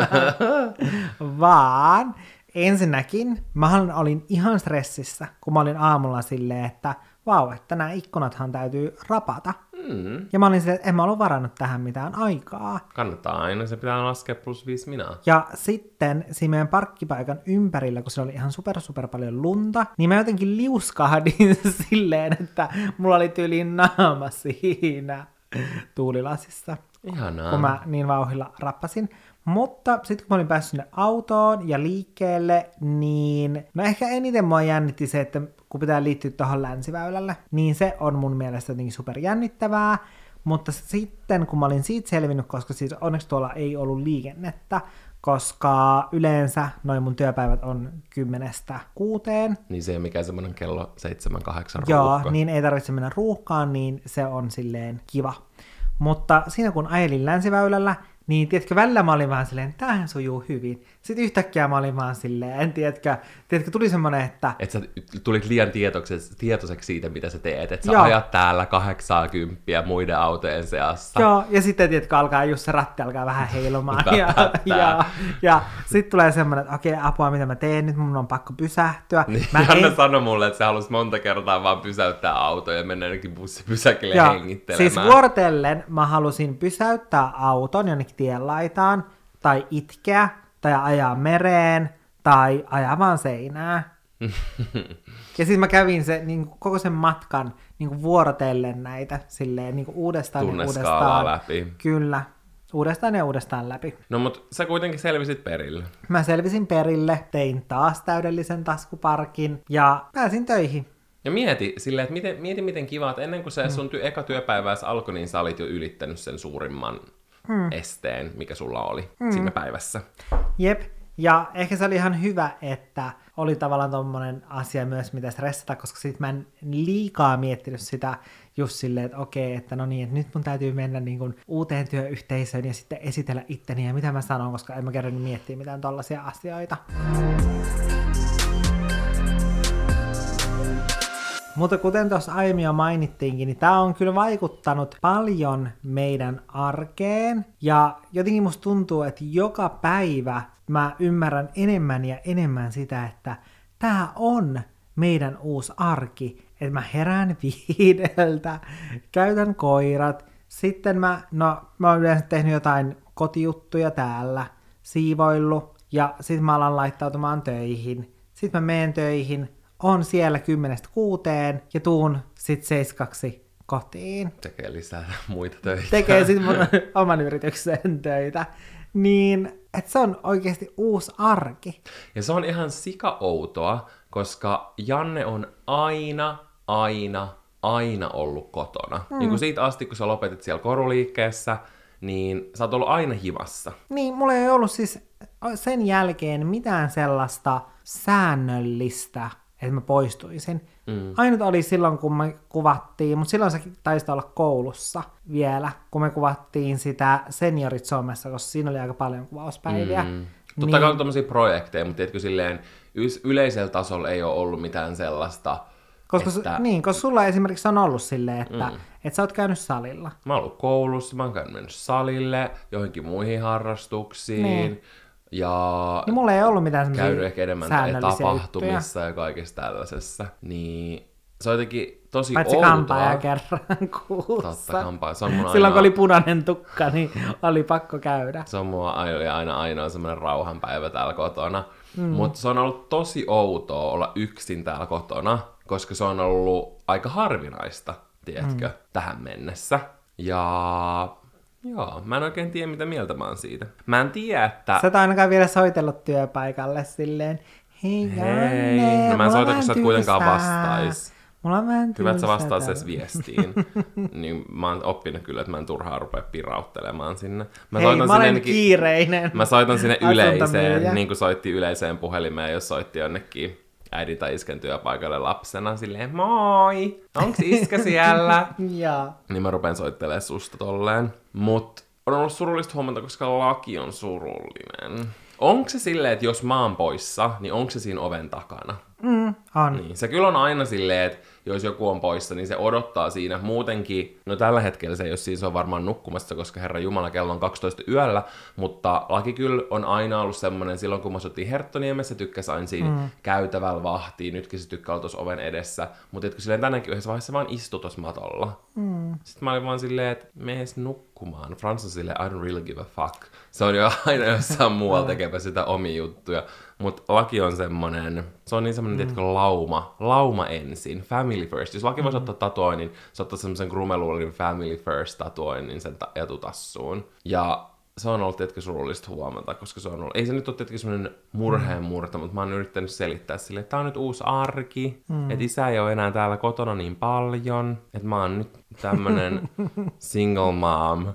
Vaan ensinnäkin mä olin ihan stressissä, kun mä olin aamulla silleen, että vau, että nämä ikkunathan täytyy rapata. Ja mä olin silleen, että en mä ollut varannut tähän mitään aikaa. Kannattaa aina, se pitää laskea +5 minaa. Ja sitten siinä meidän parkkipaikan ympärillä, kun se oli ihan super paljon lunta, niin mä jotenkin liuskahdin silleen, että mulla oli tyyliin naama siinä tuulilasissa. Ihanaa. Kun mä niin vauhdilla rappasin. Mutta sitten kun mä olin päässyt sinne autoon ja liikkeelle, niin no ehkä eniten mua jännitti se, että kun pitää liittyä tuohon länsiväylälle, niin se on mun mielestä jotenkin superjännittävää. Mutta sitten kun mä olin siitä selvinnyt, koska siis onneksi tuolla ei ollut liikennettä, koska yleensä noin mun työpäivät on 10-6. Niin se ei ole mikään semmoinen kello 7-8 Joo, ruuhka. niin ei tarvitse mennä ruuhkaan, niin se on silleen kiva. Mutta siinä kun ajelin länsiväylällä, niin tiedätkö, välillä mä olin vaan silleen, tämähän sujuu hyvin. Sitten yhtäkkiä mä olin vaan silleen, tiedätkö tuli semmoinen, että... Että sä tulit liian tietoiseksi siitä, mitä sä teet. Että sä Joo. ajat täällä 80 muiden autojen seassa. Joo, ja sitten tiedätkö, alkaa just se ratti alkaa vähän heilumaan. ja sitten tulee semmoinen, että okei, apua, mitä mä teen nyt, mun on pakko pysähtyä. Niin, Janne sanoi mulle, että sä halusit monta kertaa vaan pysäyttää autoja ja mennä jonnekin bussipysäkille hengittelemään. Siis vuorotellen mä halusin pysäyttää auton jonnekin tienlaitaan, tai itkeä, tai ajaa mereen, tai ajaa vaan seinää. Ja siis mä kävin niin koko sen matkan niin vuorotellen näitä silleen niin uudestaan ja uudestaan. Läpi. Kyllä, uudestaan ja uudestaan läpi. No mut sä kuitenkin selvisit perille. Mä selvisin perille, tein taas täydellisen taskuparkin ja pääsin töihin. Ja mieti silleen, että miten kiva, että ennen kuin se sun eka työpäivä edes alkoi, niin sä olit jo ylittänyt sen suurimman esteen, mikä sulla oli siinä päivässä. Jep, ja ehkä se oli ihan hyvä, että oli tavallaan tommonen asia myös, mitä stressata, koska sit mä en liikaa miettinyt sitä just silleen, että okei, että no niin, että nyt mun täytyy mennä niin kuin uuteen työyhteisöön ja sitten esitellä itteni ja mitä mä sanon, koska en mä kerran miettiä mitään tollaisia asioita. Mutta kuten tuossa aiemmin jo mainittiinkin, niin tämä on kyllä vaikuttanut paljon meidän arkeen. Ja jotenkin musta tuntuu, että joka päivä mä ymmärrän enemmän ja enemmän sitä, että tämä on meidän uusi arki. Että mä herään 5, käytän koirat, sitten mä oon yleensä tehnyt jotain kotijuttuja täällä, siivoillut, ja sitten mä alan laittautumaan töihin. Sitten mä menen töihin, on siellä 10-6 ja tuun sitten 7 kotiin. Tekee lisää muita töitä. Tekee sitten mun oman yrityksen töitä. Niin, että se on oikeasti uusi arki. Ja se on ihan sika-outoa, koska Janne on aina ollut kotona. Niin kuin siitä asti, kun sä lopetit siellä koruliikkeessä, niin sä oot ollut aina himassa. Niin, mulla ei ollut siis sen jälkeen mitään sellaista säännöllistä, että mä poistuisin. Ainut oli silloin, kun me kuvattiin, mutta silloin se taisi olla koulussa vielä, kun me kuvattiin sitä Seniorit Somessa, koska siinä oli aika paljon kuvauspäiviä. Totta kai on tommosia projekteja, mutta tiedätkö silleen, yleisellä tasolla ei ole ollut mitään sellaista, koska, että... koska sulla esimerkiksi on ollut silleen, että sä oot käynyt salilla. Mä oon ollut koulussa, mä oon mennyt salille, johonkin muihin harrastuksiin. Niin. Ja niin mulla ei ollut mitään semmosia käynyt ehkä enemmän tapahtumissa ja kaikessa tällaisessa. Niin se on jotenkin tosi paitsi outoa. kampaaja kerran kuussa. Totta, kampaaja. Se on mun silloin kun oli punainen tukka, niin oli pakko käydä. Se on mulla aina semmoinen rauhanpäivä täällä kotona. Mutta se on ollut tosi outoa olla yksin täällä kotona, koska se on ollut aika harvinaista, tiedätkö, tähän mennessä. Ja... Joo, mä en oikein tiedä, mitä mieltä mä oon siitä. Mä en tiedä, että... Sä et ainakaan vielä soitellut työpaikalle silleen, hei Janne, no mä en soita, kun sä et kuitenkaan vastais. Mulla on vähän tylsää. Hyvä, että sä vastaat edes viestiin. Niin mä oon oppinut kyllä, että mä en turhaan rupea pirauttelemaan sinne. Mä olen kiireinen. Mä soitan sinne yleiseen, niin kuin soitti yleiseen puhelimeen, jos soitti jonnekin äidin tai iskän työpaikalle lapsena silleen, moi, onks iskä siellä? Joo. Niin mä rupean soittelemaan susta tolleen. Mut on ollut surullista huomata, koska laki on surullinen. Onko se silleen, että jos mä oon poissa, niin onko se siinä oven takana? On. Niin, se kyllä on aina silleen, että jos joku on poissa, niin se odottaa siinä. Muutenkin, no tällä hetkellä se ei ole siinä, se on varmaan nukkumassa, koska Herra Jumala kello on 12 yöllä, mutta laki kyllä on aina ollut semmoinen, silloin kun me asuttiin Herttoniemessä, tykkäsi aina siinä käytävällä vahtiin, nytkin se tykkää olla tuossa oven edessä, mutta etkö silleen tänäkin yhdessä vaiheessa vaan istui tuossa matolla. Sitten mä olin vaan silleen, että mees nukkumaan. Frans on silleen, I don't really give a fuck. Se on jo aina jossain muualla tekevä sitä omia juttuja. Mutta laki on semmonen, se on niin semmonen, tiedätkö, lauma ensin, family first. Jos laki voisi ottaa tatuoinnin, se ottaa semmosen Grumeluurin family first tatuoinnin sen etutassuun. Ja se on ollut tietenkin surullista huomata, koska se on ollut, ei se nyt ole tietenkin semmoinen murheen murta, mutta mä oon yrittänyt selittää sille, että tää on nyt uusi arki, että isä ei ole enää täällä kotona niin paljon, että mä oon nyt tämmönen single mom.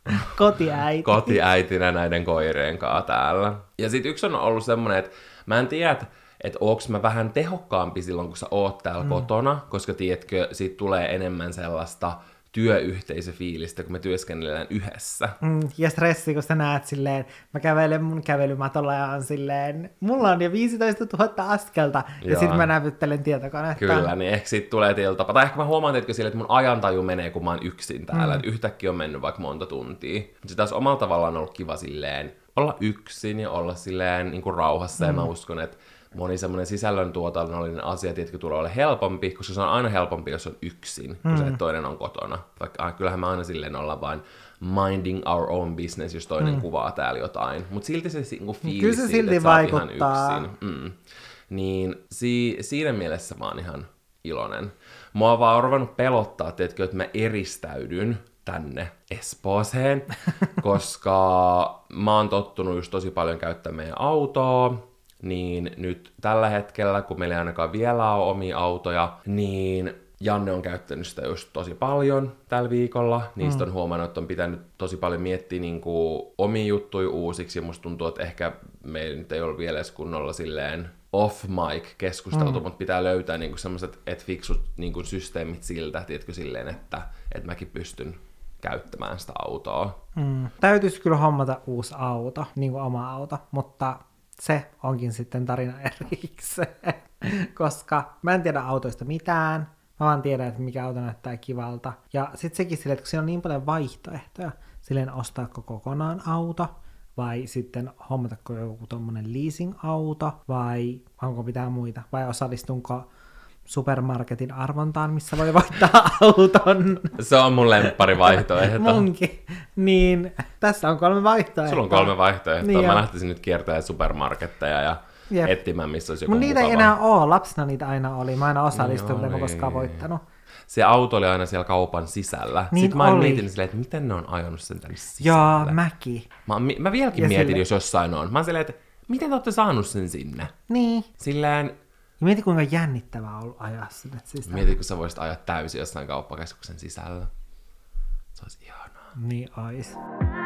Kotiäitinä näiden koirien kanssa täällä. Ja sit yksi on ollut semmonen, että mä en tiedä, että onks mä vähän tehokkaampi silloin, kun sä oot täällä kotona, koska tiedätkö, siitä tulee enemmän sellaista työyhteisöfiilistä, kun me työskennellään yhdessä. Ja stressi, kun sä näet silleen, mä kävelen mun kävelymatolla ja on silleen, mulla on jo 15 000 askelta, ja sitten mä näpyttelen tietokonetta. Kyllä, niin ehkä siitä tulee tietyllä tapaa. Tai ehkä mä huomaan, että mun ajantaju menee, kun mä oon yksin täällä, että yhtäkkiä on mennyt vaikka monta tuntia. Mutta se taas omalla tavallaan on ollut kiva silleen olla yksin ja olla silleen niin kuin rauhassa, ja mä uskon, että moni semmoinen sisällöntuotannollinen asia, tietenkin tulee olla helpompi, koska se on aina helpompi, jos on yksin, kun se, että toinen on kotona. Vaikka kyllähän me aina silleen ollaan vain minding our own business, jos toinen kuvaa täällä jotain. Mutta silti se niinku fiilis se siitä, että vaikuttaa. sä oot ihan yksin. Niin siinä mielessä mä oon ihan iloinen. Mua on vaan ruvennut pelottaa, tiedätkö, että mä eristäydyn tänne Espooseen, koska mä oon tottunut just tosi paljon käyttämään meidän autoa. Niin nyt tällä hetkellä, kun meillä ei ainakaan vielä ole omia autoja, niin Janne on käyttänyt sitä just tosi paljon tällä viikolla. Niistä on huomannut, että on pitänyt tosi paljon miettiä niin kuin omia juttuja uusiksi. Ja musta tuntuu, että ehkä meillä nyt ei ole vielä edes kunnolla silleen off-mic keskusteltu, mutta pitää löytää niin kuin sellaiset fiksut niin kuin systeemit siltä, tiedätkö, silleen, että mäkin pystyn käyttämään sitä autoa. Täytyisi kyllä hommata uusi auto, niin kuin oma auto, mutta se onkin sitten tarina erikseen, koska mä en tiedä autoista mitään, mä vaan tiedän, että mikä auto näyttää kivalta. Ja sitten sekin silleen, että kun siinä on niin paljon vaihtoehtoja, silleen ostaako kokonaan auto, vai sitten hommatako joku tommonen leasing-auto, vai onko mitään muita, vai osallistunko supermarketin arvontaan, missä voi vaihtaa auton. Se on mun lempparivaihtoehto. Munkin. Niin, tässä on 3 vaihtoehtoa. Sulla on 3 vaihtoehtoa. Niin mä lähtisin nyt kiertämään supermarketteja ja etsimään, missä olisi joku niitä mukava. ei enää ole. Lapsena niitä aina oli. Mä aina osallistuin, mutta en koskaan voittanut. Se auto oli aina siellä kaupan sisällä. Niin sitten mä aina mietin silleen, että miten ne on ajanut sen tänne sisälle. Joo, mäkin. Mä vieläkin mietin, jos jossain on. Mä oon silleen, että miten te olette saanut sen sinne? Niin. Silleen... Mieti, kuinka jännittävää on ollut ajaa sinne sisällä. Mieti, kun sä voisit ajaa täysin jossain kauppakeskuksen sisällä. Se olisi ihanaa. Niin ois.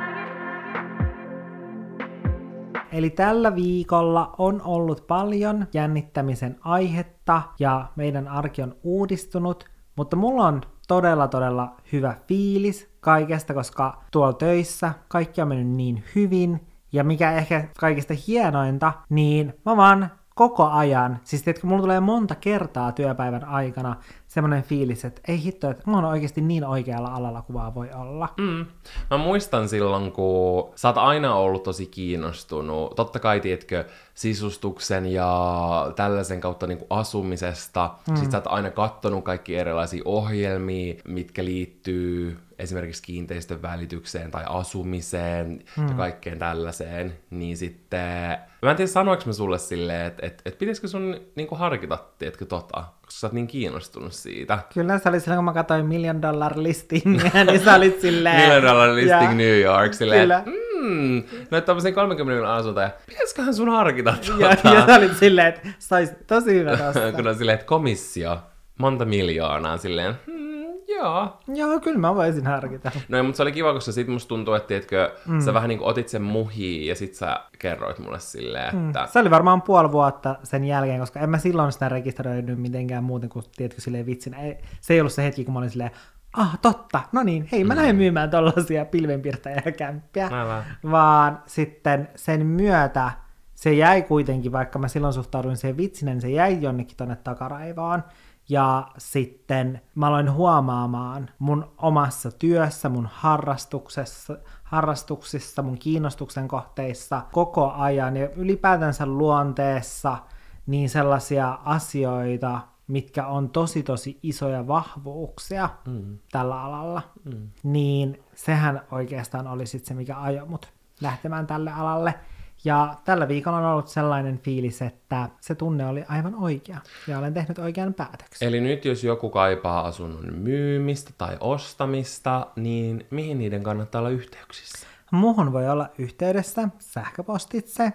Eli tällä viikolla on ollut paljon jännittämisen aihetta ja meidän arki on uudistunut, mutta mulla on todella hyvä fiilis kaikesta, koska tuolla töissä kaikki on mennyt niin hyvin ja mikä ehkä kaikista hienointa, niin mä vaan koko ajan, siis että mulla tulee monta kertaa työpäivän aikana semmoinen fiilis, että ei hitto, että mä oon oikeasti niin oikealla alalla kuin vaan voi olla. Mä muistan silloin, kun sä oot aina ollut tosi kiinnostunut, totta kai tiedätkö, sisustuksen ja tällaisen kautta niin kuin asumisesta. Sit sä oot aina kattonut kaikki erilaisia ohjelmia, mitkä liittyy esimerkiksi kiinteistön välitykseen tai asumiseen ja kaikkeen tällaiseen, niin sitten... Mä en tiedä, sanoinko mä sulle silleen, että pitäisikö sun niinku harkita, tiedätkö, koska sä oot niin kiinnostunut siitä. Kyllä, se oli silloin, kun mä katsoin $1 million listingia, niin sä olit silleen... $1 million listing New York, silleen, kyllä. No, tämmöisen 30 asunta, ja pitäisiköhän sun harkita Ja sä olit silleen, että sä olisit tosi hyvä tosta. Kun on silleen, että komissio, monta miljoonaa, silleen, Joo, kyllä mä voisin harkita. No, mutta se oli kiva, koska sit musta tuntuu, että tiedätkö, sä vähän niin kuin otit sen muhiin ja sit sä kerroit mulle silleen, että... Se oli varmaan puoli vuotta sen jälkeen, koska en mä silloin sitä rekisteröinyt mitenkään muuten kuin, tiedätkö, silleen vitsinä. Se ei ollut se hetki, kun mä olin silleen, totta, no niin, hei, mä lähden myymään tollasia pilvenpiirtäjäkämppiä. Vaan sitten sen myötä se jäi kuitenkin, vaikka mä silloin suhtauduin siihen vitsinä, niin se jäi jonnekin tonne takaraivoon. Ja sitten mä aloin huomaamaan mun omassa työssä, mun harrastuksissa, mun kiinnostuksen kohteissa koko ajan ja ylipäätänsä luonteessa niin sellaisia asioita, mitkä on tosi isoja vahvuuksia tällä alalla. Niin sehän oikeastaan oli sitten se, mikä ajoi mut lähtemään tälle alalle. Ja tällä viikolla on ollut sellainen fiilis, että se tunne oli aivan oikea, ja olen tehnyt oikean päätöksen. Eli nyt jos joku kaipaa asunnon myymistä tai ostamista, niin mihin niiden kannattaa olla yhteyksissä? Muuhun voi olla yhteydessä sähköpostitse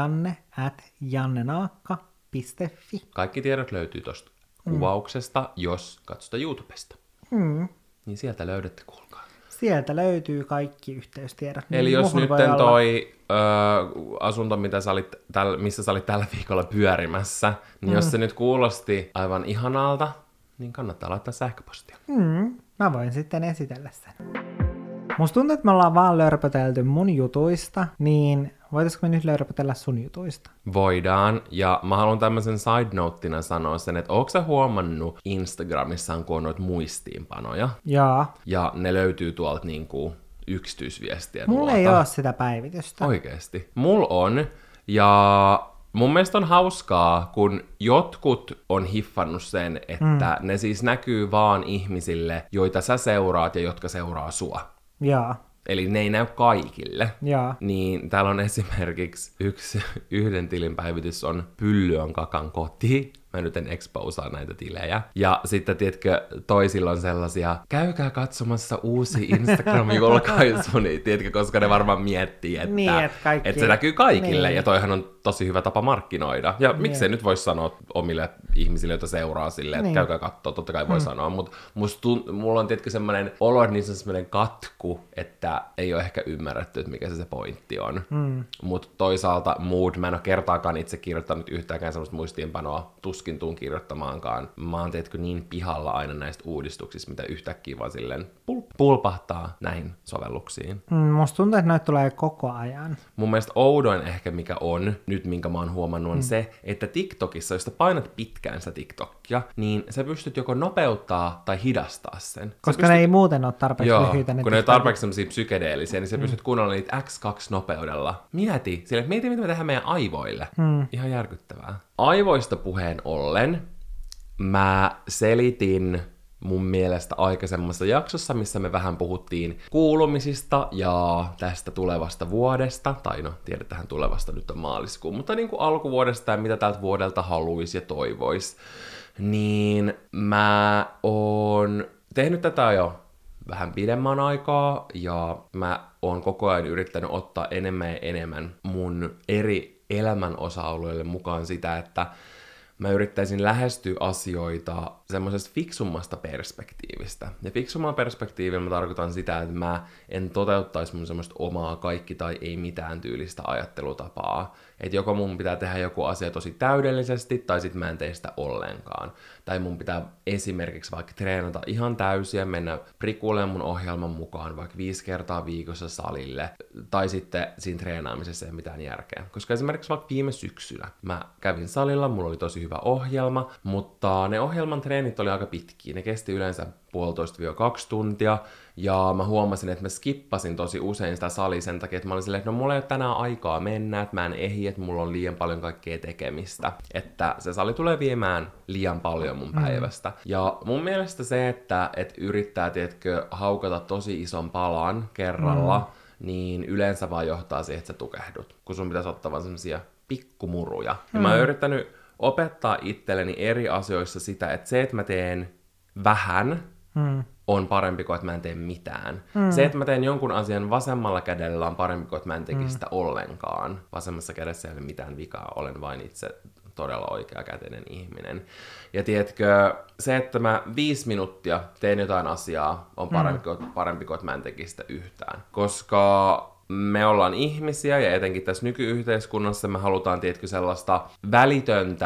janne@jannenaakka.fi. Kaikki tiedot löytyy tuosta kuvauksesta, jos katsotaan YouTubesta. Niin sieltä löydätte, kuulkaa. Sieltä löytyy kaikki yhteystiedot. Eli jos nyt toi asunto, missä sä olit tällä viikolla pyörimässä, niin jos se nyt kuulosti aivan ihanalta, niin kannattaa laittaa sähköpostia. Mä voin sitten esitellä sen. Musta tuntuu, että me ollaan vaan lörpötelty mun jutuista, niin voitaisko me nyt lörpötellä sun jutuista? Voidaan, ja mä haluan tämmöisen side noteina sanoa sen, että ootko sä huomannut Instagramissaan, kun on noita muistiinpanoja? Jaa. Ja ne löytyy tuolta niinku yksityisviestien Mulla ei oo sitä päivitystä. Oikeesti. Mulla on, ja mun mielestä on hauskaa, kun jotkut on hiffannut sen, että ne siis näkyy vaan ihmisille, joita sä seuraat ja jotka seuraa sua. Jaa. Eli ne ei näy kaikille. Jaa. Niin täällä on esimerkiksi yhden tilin päivitys on Pylly on kakan koti. Mä nyt en exposaa näitä tilejä. Ja sitten, tiedätkö, toisilla on sellaisia, käykää katsomassa uusi Instagram-julkaisu, niin, tiedätkö, koska ne varmaan miettii, että, niin, että se näkyy kaikille, niin. Ja toihan on tosi hyvä tapa markkinoida. Ja miksei nyt voi sanoa omille ihmisille, joita seuraa silleen, että niin. käykää kattoo, totta kai voi sanoa, mutta mulla on, tiedätkö, semmoinen olo, että niissä on semmoinen katku, että ei ole ehkä ymmärretty, että mikä se pointti on. Mutta toisaalta mä en ole kertaakaan itse kirjoittanut yhtäänkään semmoista muistiinpanoa, tuskin tuun kirjoittamaankaan. Mä oon, tiedätkö, niin pihalla aina näistä uudistuksista, mitä yhtäkkiä vaan silleen pulpahtaa näihin sovelluksiin. Musta tuntuu, että noita tulee koko ajan. Mun mielestä oudoin ehkä mikä on, nyt minkä mä oon huomannut, on se, että TikTokissa, jos sä painat pitkään sitä TikTokia, niin sä pystyt joko nopeuttaa tai hidastaa sen. Koska ne ei muuten ole tarpeeksi lyhyitä. Kun ne on tarpeeksi sellaisia psykedeellisiä, niin sä pystyt kuunnella niitä X2-nopeudella. Mieti mitä me tehdään meidän aivoille. Ihan järkyttävää. Aivoista puheen ollen, mä selitin mun mielestä aikaisemmassa jaksossa, missä me vähän puhuttiin kuulumisista ja tästä tulevasta vuodesta, tai no, tiedetään tulevasta, nyt on maaliskuu, mutta niin kuin alkuvuodesta ja mitä tältä vuodelta haluaisi ja toivoisi, niin mä oon tehnyt tätä jo vähän pidemmän aikaa, ja mä oon koko ajan yrittänyt ottaa enemmän ja enemmän mun eri elämän osa-alueille mukaan sitä, että mä yrittäisin lähestyä asioita semmoisesta fiksummasta perspektiivistä. Ja fiksummalla perspektiivillä mä tarkoitan sitä, että mä en toteuttaisi mun semmoista omaa kaikki tai ei mitään tyylistä ajattelutapaa. Että joko mun pitää tehdä joku asia tosi täydellisesti, tai sit mä en tee sitä ollenkaan. Tai mun pitää esimerkiksi vaikka treenata ihan täysiä, mennä prikuleen mun ohjelman mukaan vaikka 5 kertaa viikossa salille, tai sitten siinä treenaamisessa ei mitään järkeä. Koska esimerkiksi vaikka viime syksynä mä kävin salilla, mulla oli tosi hyvä ohjelma, mutta ne ohjelman treenit oli aika pitkiä. Ne kesti yleensä 1,5–2 tuntia, ja mä huomasin, että mä skippasin tosi usein sitä salia sen takia, että mä olin silleen, että no mulla ei ole tänään aikaa mennä, että mä en ehdi, että mulla on liian paljon kaikkea tekemistä, että se sali tulee viemään liian paljon mun päivästä. Ja mun mielestä se, että yrittää, tiedätkö, haukata tosi ison palan kerralla, niin yleensä vaan johtaa siihen, että sä tukehdut, kun sun pitäisi ottaa vaan semmosia pikkumuruja. Ja mä oon yrittänyt opettaa itselleni eri asioissa sitä, että se, että mä teen vähän, on parempi kuin, että mä en tee mitään. Se, että mä teen jonkun asian vasemmalla kädellä, on parempi kuin, että mä en tekisi sitä ollenkaan. Vasemmassa kädessä ei ole mitään vikaa, olen vain itse todella oikeakätinen ihminen. Ja tiedätkö, se, että mä 5 minuuttia teen jotain asiaa, on parempi kuin, että mä en tekisi sitä yhtään. Koska me ollaan ihmisiä, ja etenkin tässä nykyyhteiskunnassa me halutaan, tiedätkö, sellaista välitöntä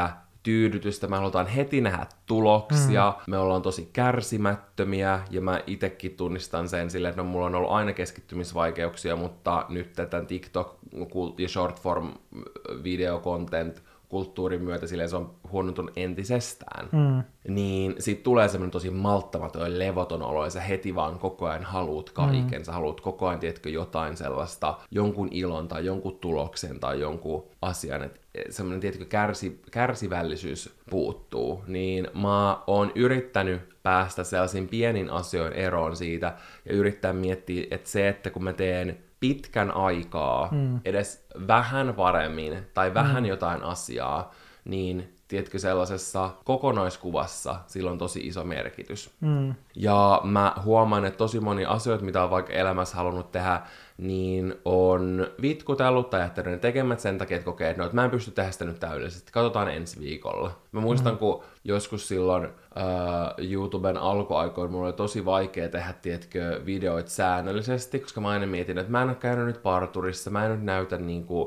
tyydytystä, me halutaan heti nähdä tuloksia, me ollaan tosi kärsimättömiä, ja mä itekin tunnistan sen silleen, että no, mulla on ollut aina keskittymisvaikeuksia, mutta nyt tämän TikTok ja short form video content kulttuurin myötä silleen se on huonontunut entisestään. Niin siitä tulee semmoinen tosi malttamaton ja levoton olo, ja sä heti vaan koko ajan haluut kaiken. Sä haluut koko ajan, tiedätkö, jotain sellaista, jonkun ilon tai jonkun tuloksen tai jonkun asian, että semmoinen, tiedätkö, kärsivällisyys puuttuu. Niin mä oon yrittänyt päästä sellaisiin pienin asioin eroon siitä ja yrittää miettiä, että se, että kun mä teen pitkän aikaa, edes vähän paremmin tai vähän jotain asiaa, niin tiedätkö, sellaisessa kokonaiskuvassa sillä on tosi iso merkitys. Ja mä huomaan, että tosi moni asioita, mitä on vaikka elämässä halunnut tehdä, niin on vitkutellut tai jättänyt ne tekemät sen takia, että kokee, että, no, että mä en pysty tehdä sitä nyt täydellisesti. Katsotaan ensi viikolla. Mä muistan, kun joskus silloin YouTuben alkuaikoina mulla oli tosi vaikea tehdä, tiedätkö, videoita säännöllisesti, koska mä aina mietin, että mä en ole käynyt nyt parturissa, mä en nyt näytä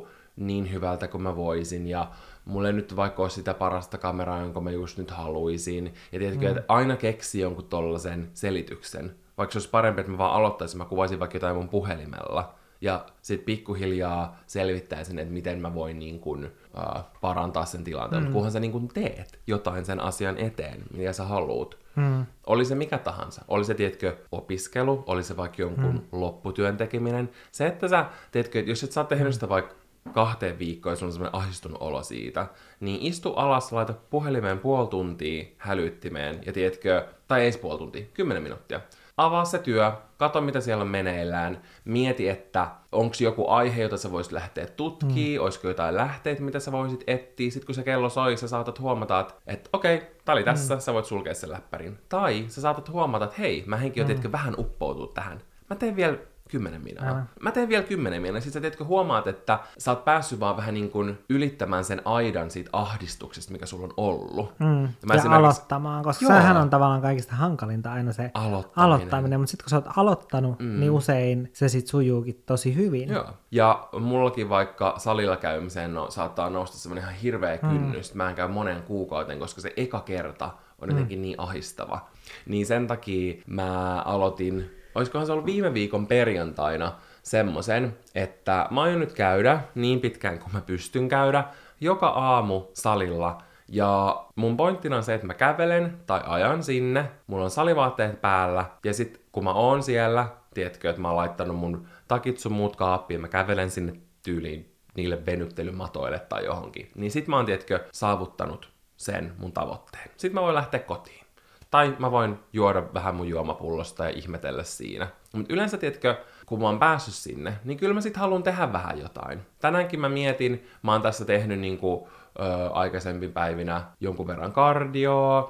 niin hyvältä kuin mä voisin, ja mulla ei nyt vaikka ole sitä parasta kameraa, jonka mä just nyt haluaisin. Ja tiedätkö, että aina keksi jonkun tollasen selityksen. Vaikka se olisi parempi, että mä vaan aloittaisin, mä kuvaisin vaikka jotain mun puhelimella. Ja sit pikkuhiljaa selvittäisin, että miten mä voin niin kun, parantaa sen tilanteen. Mutta kunhan sä niin kun teet jotain sen asian eteen, mitä sä haluut. Oli se mikä tahansa. Oli se, tiedätkö, opiskelu, oli se vaikka jonkun lopputyön tekeminen. Se, että sä, tiedätkö, jos et sä oot tehnyt sitä vaikka 2 viikkoa ja sulla on semmoinen ahdistunut olo siitä, niin istu alas, laita puhelimeen 0,5 tuntia hälyttimeen ja tiedätkö, tai ei 0,5 tuntia, 10 minuuttia. Avaa se työ, katso mitä siellä on meneillään, mieti, että onko joku aihe, jota sä voisit lähteä tutkimaan, olisiko jotain lähteitä, mitä sä voisit etsiä. Sitten kun se kello soi, sä saatat huomata, että okei, tää oli tässä, sä voit sulkea sen läppärin. Tai sä saatat huomata, että hei, mä henki on tiedätkö, vähän uppoutua tähän. Mä teen vielä 10 minaa. Mä teen vielä 10 minaa. Sitten sä tiedätkö, huomaat, että sä oot päässyt vaan vähän niin kuin ylittämään sen aidan siitä ahdistuksesta, mikä sulla on ollut. Ja aloittamaan, koska sehän on tavallaan kaikista hankalinta aina se aloittaminen. Mutta sitten kun sä oot aloittanut, niin usein se sit sujuukin tosi hyvin. Joo. Ja mullakin vaikka salilla käymiseen saattaa nousta semmoinen ihan hirveä kynnys. Mä en käy moneen kuukauteen, koska se eka kerta on jotenkin niin ahistava. Niin sen takia mä aloitin, olisikohan se ollut viime viikon perjantaina, semmosen, että mä aion nyt käydä niin pitkään kuin mä pystyn käydä joka aamu salilla. Ja mun pointtina on se, että mä kävelen tai ajan sinne, mulla on salivaatteet päällä, ja sit kun mä oon siellä, tiedätkö, että mä oon laittanut mun takit sun muut kaappiin, mä kävelen sinne tyyliin niille venyttelymatoille tai johonkin, niin sit mä oon, tiedätkö, saavuttanut sen mun tavoitteen. Sit mä voin lähteä kotiin. Tai mä voin juoda vähän mun juomapullosta ja ihmetellä siinä. Mutta yleensä, tiedätkö, kun mä oon päässyt sinne, niin kyllä mä sit haluan tehdä vähän jotain. Tänäänkin mä mietin, mä oon tässä tehnyt niinku, aikaisempin päivinä jonkun verran kardioa,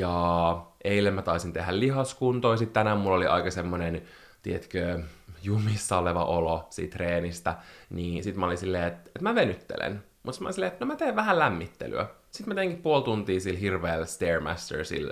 ja eilen mä taisin tehdä lihaskuntoa, sit tänään mulla oli aika semmonen, tiedätkö, jumissa oleva olo siitä treenistä, niin sit mä olin silleen, että mä venyttelen. Mutta mä olin silleen, että no mä teen vähän lämmittelyä. Sitten mä teinkin 0,5 tuntia sillä hirveällä Stairmaster, sillä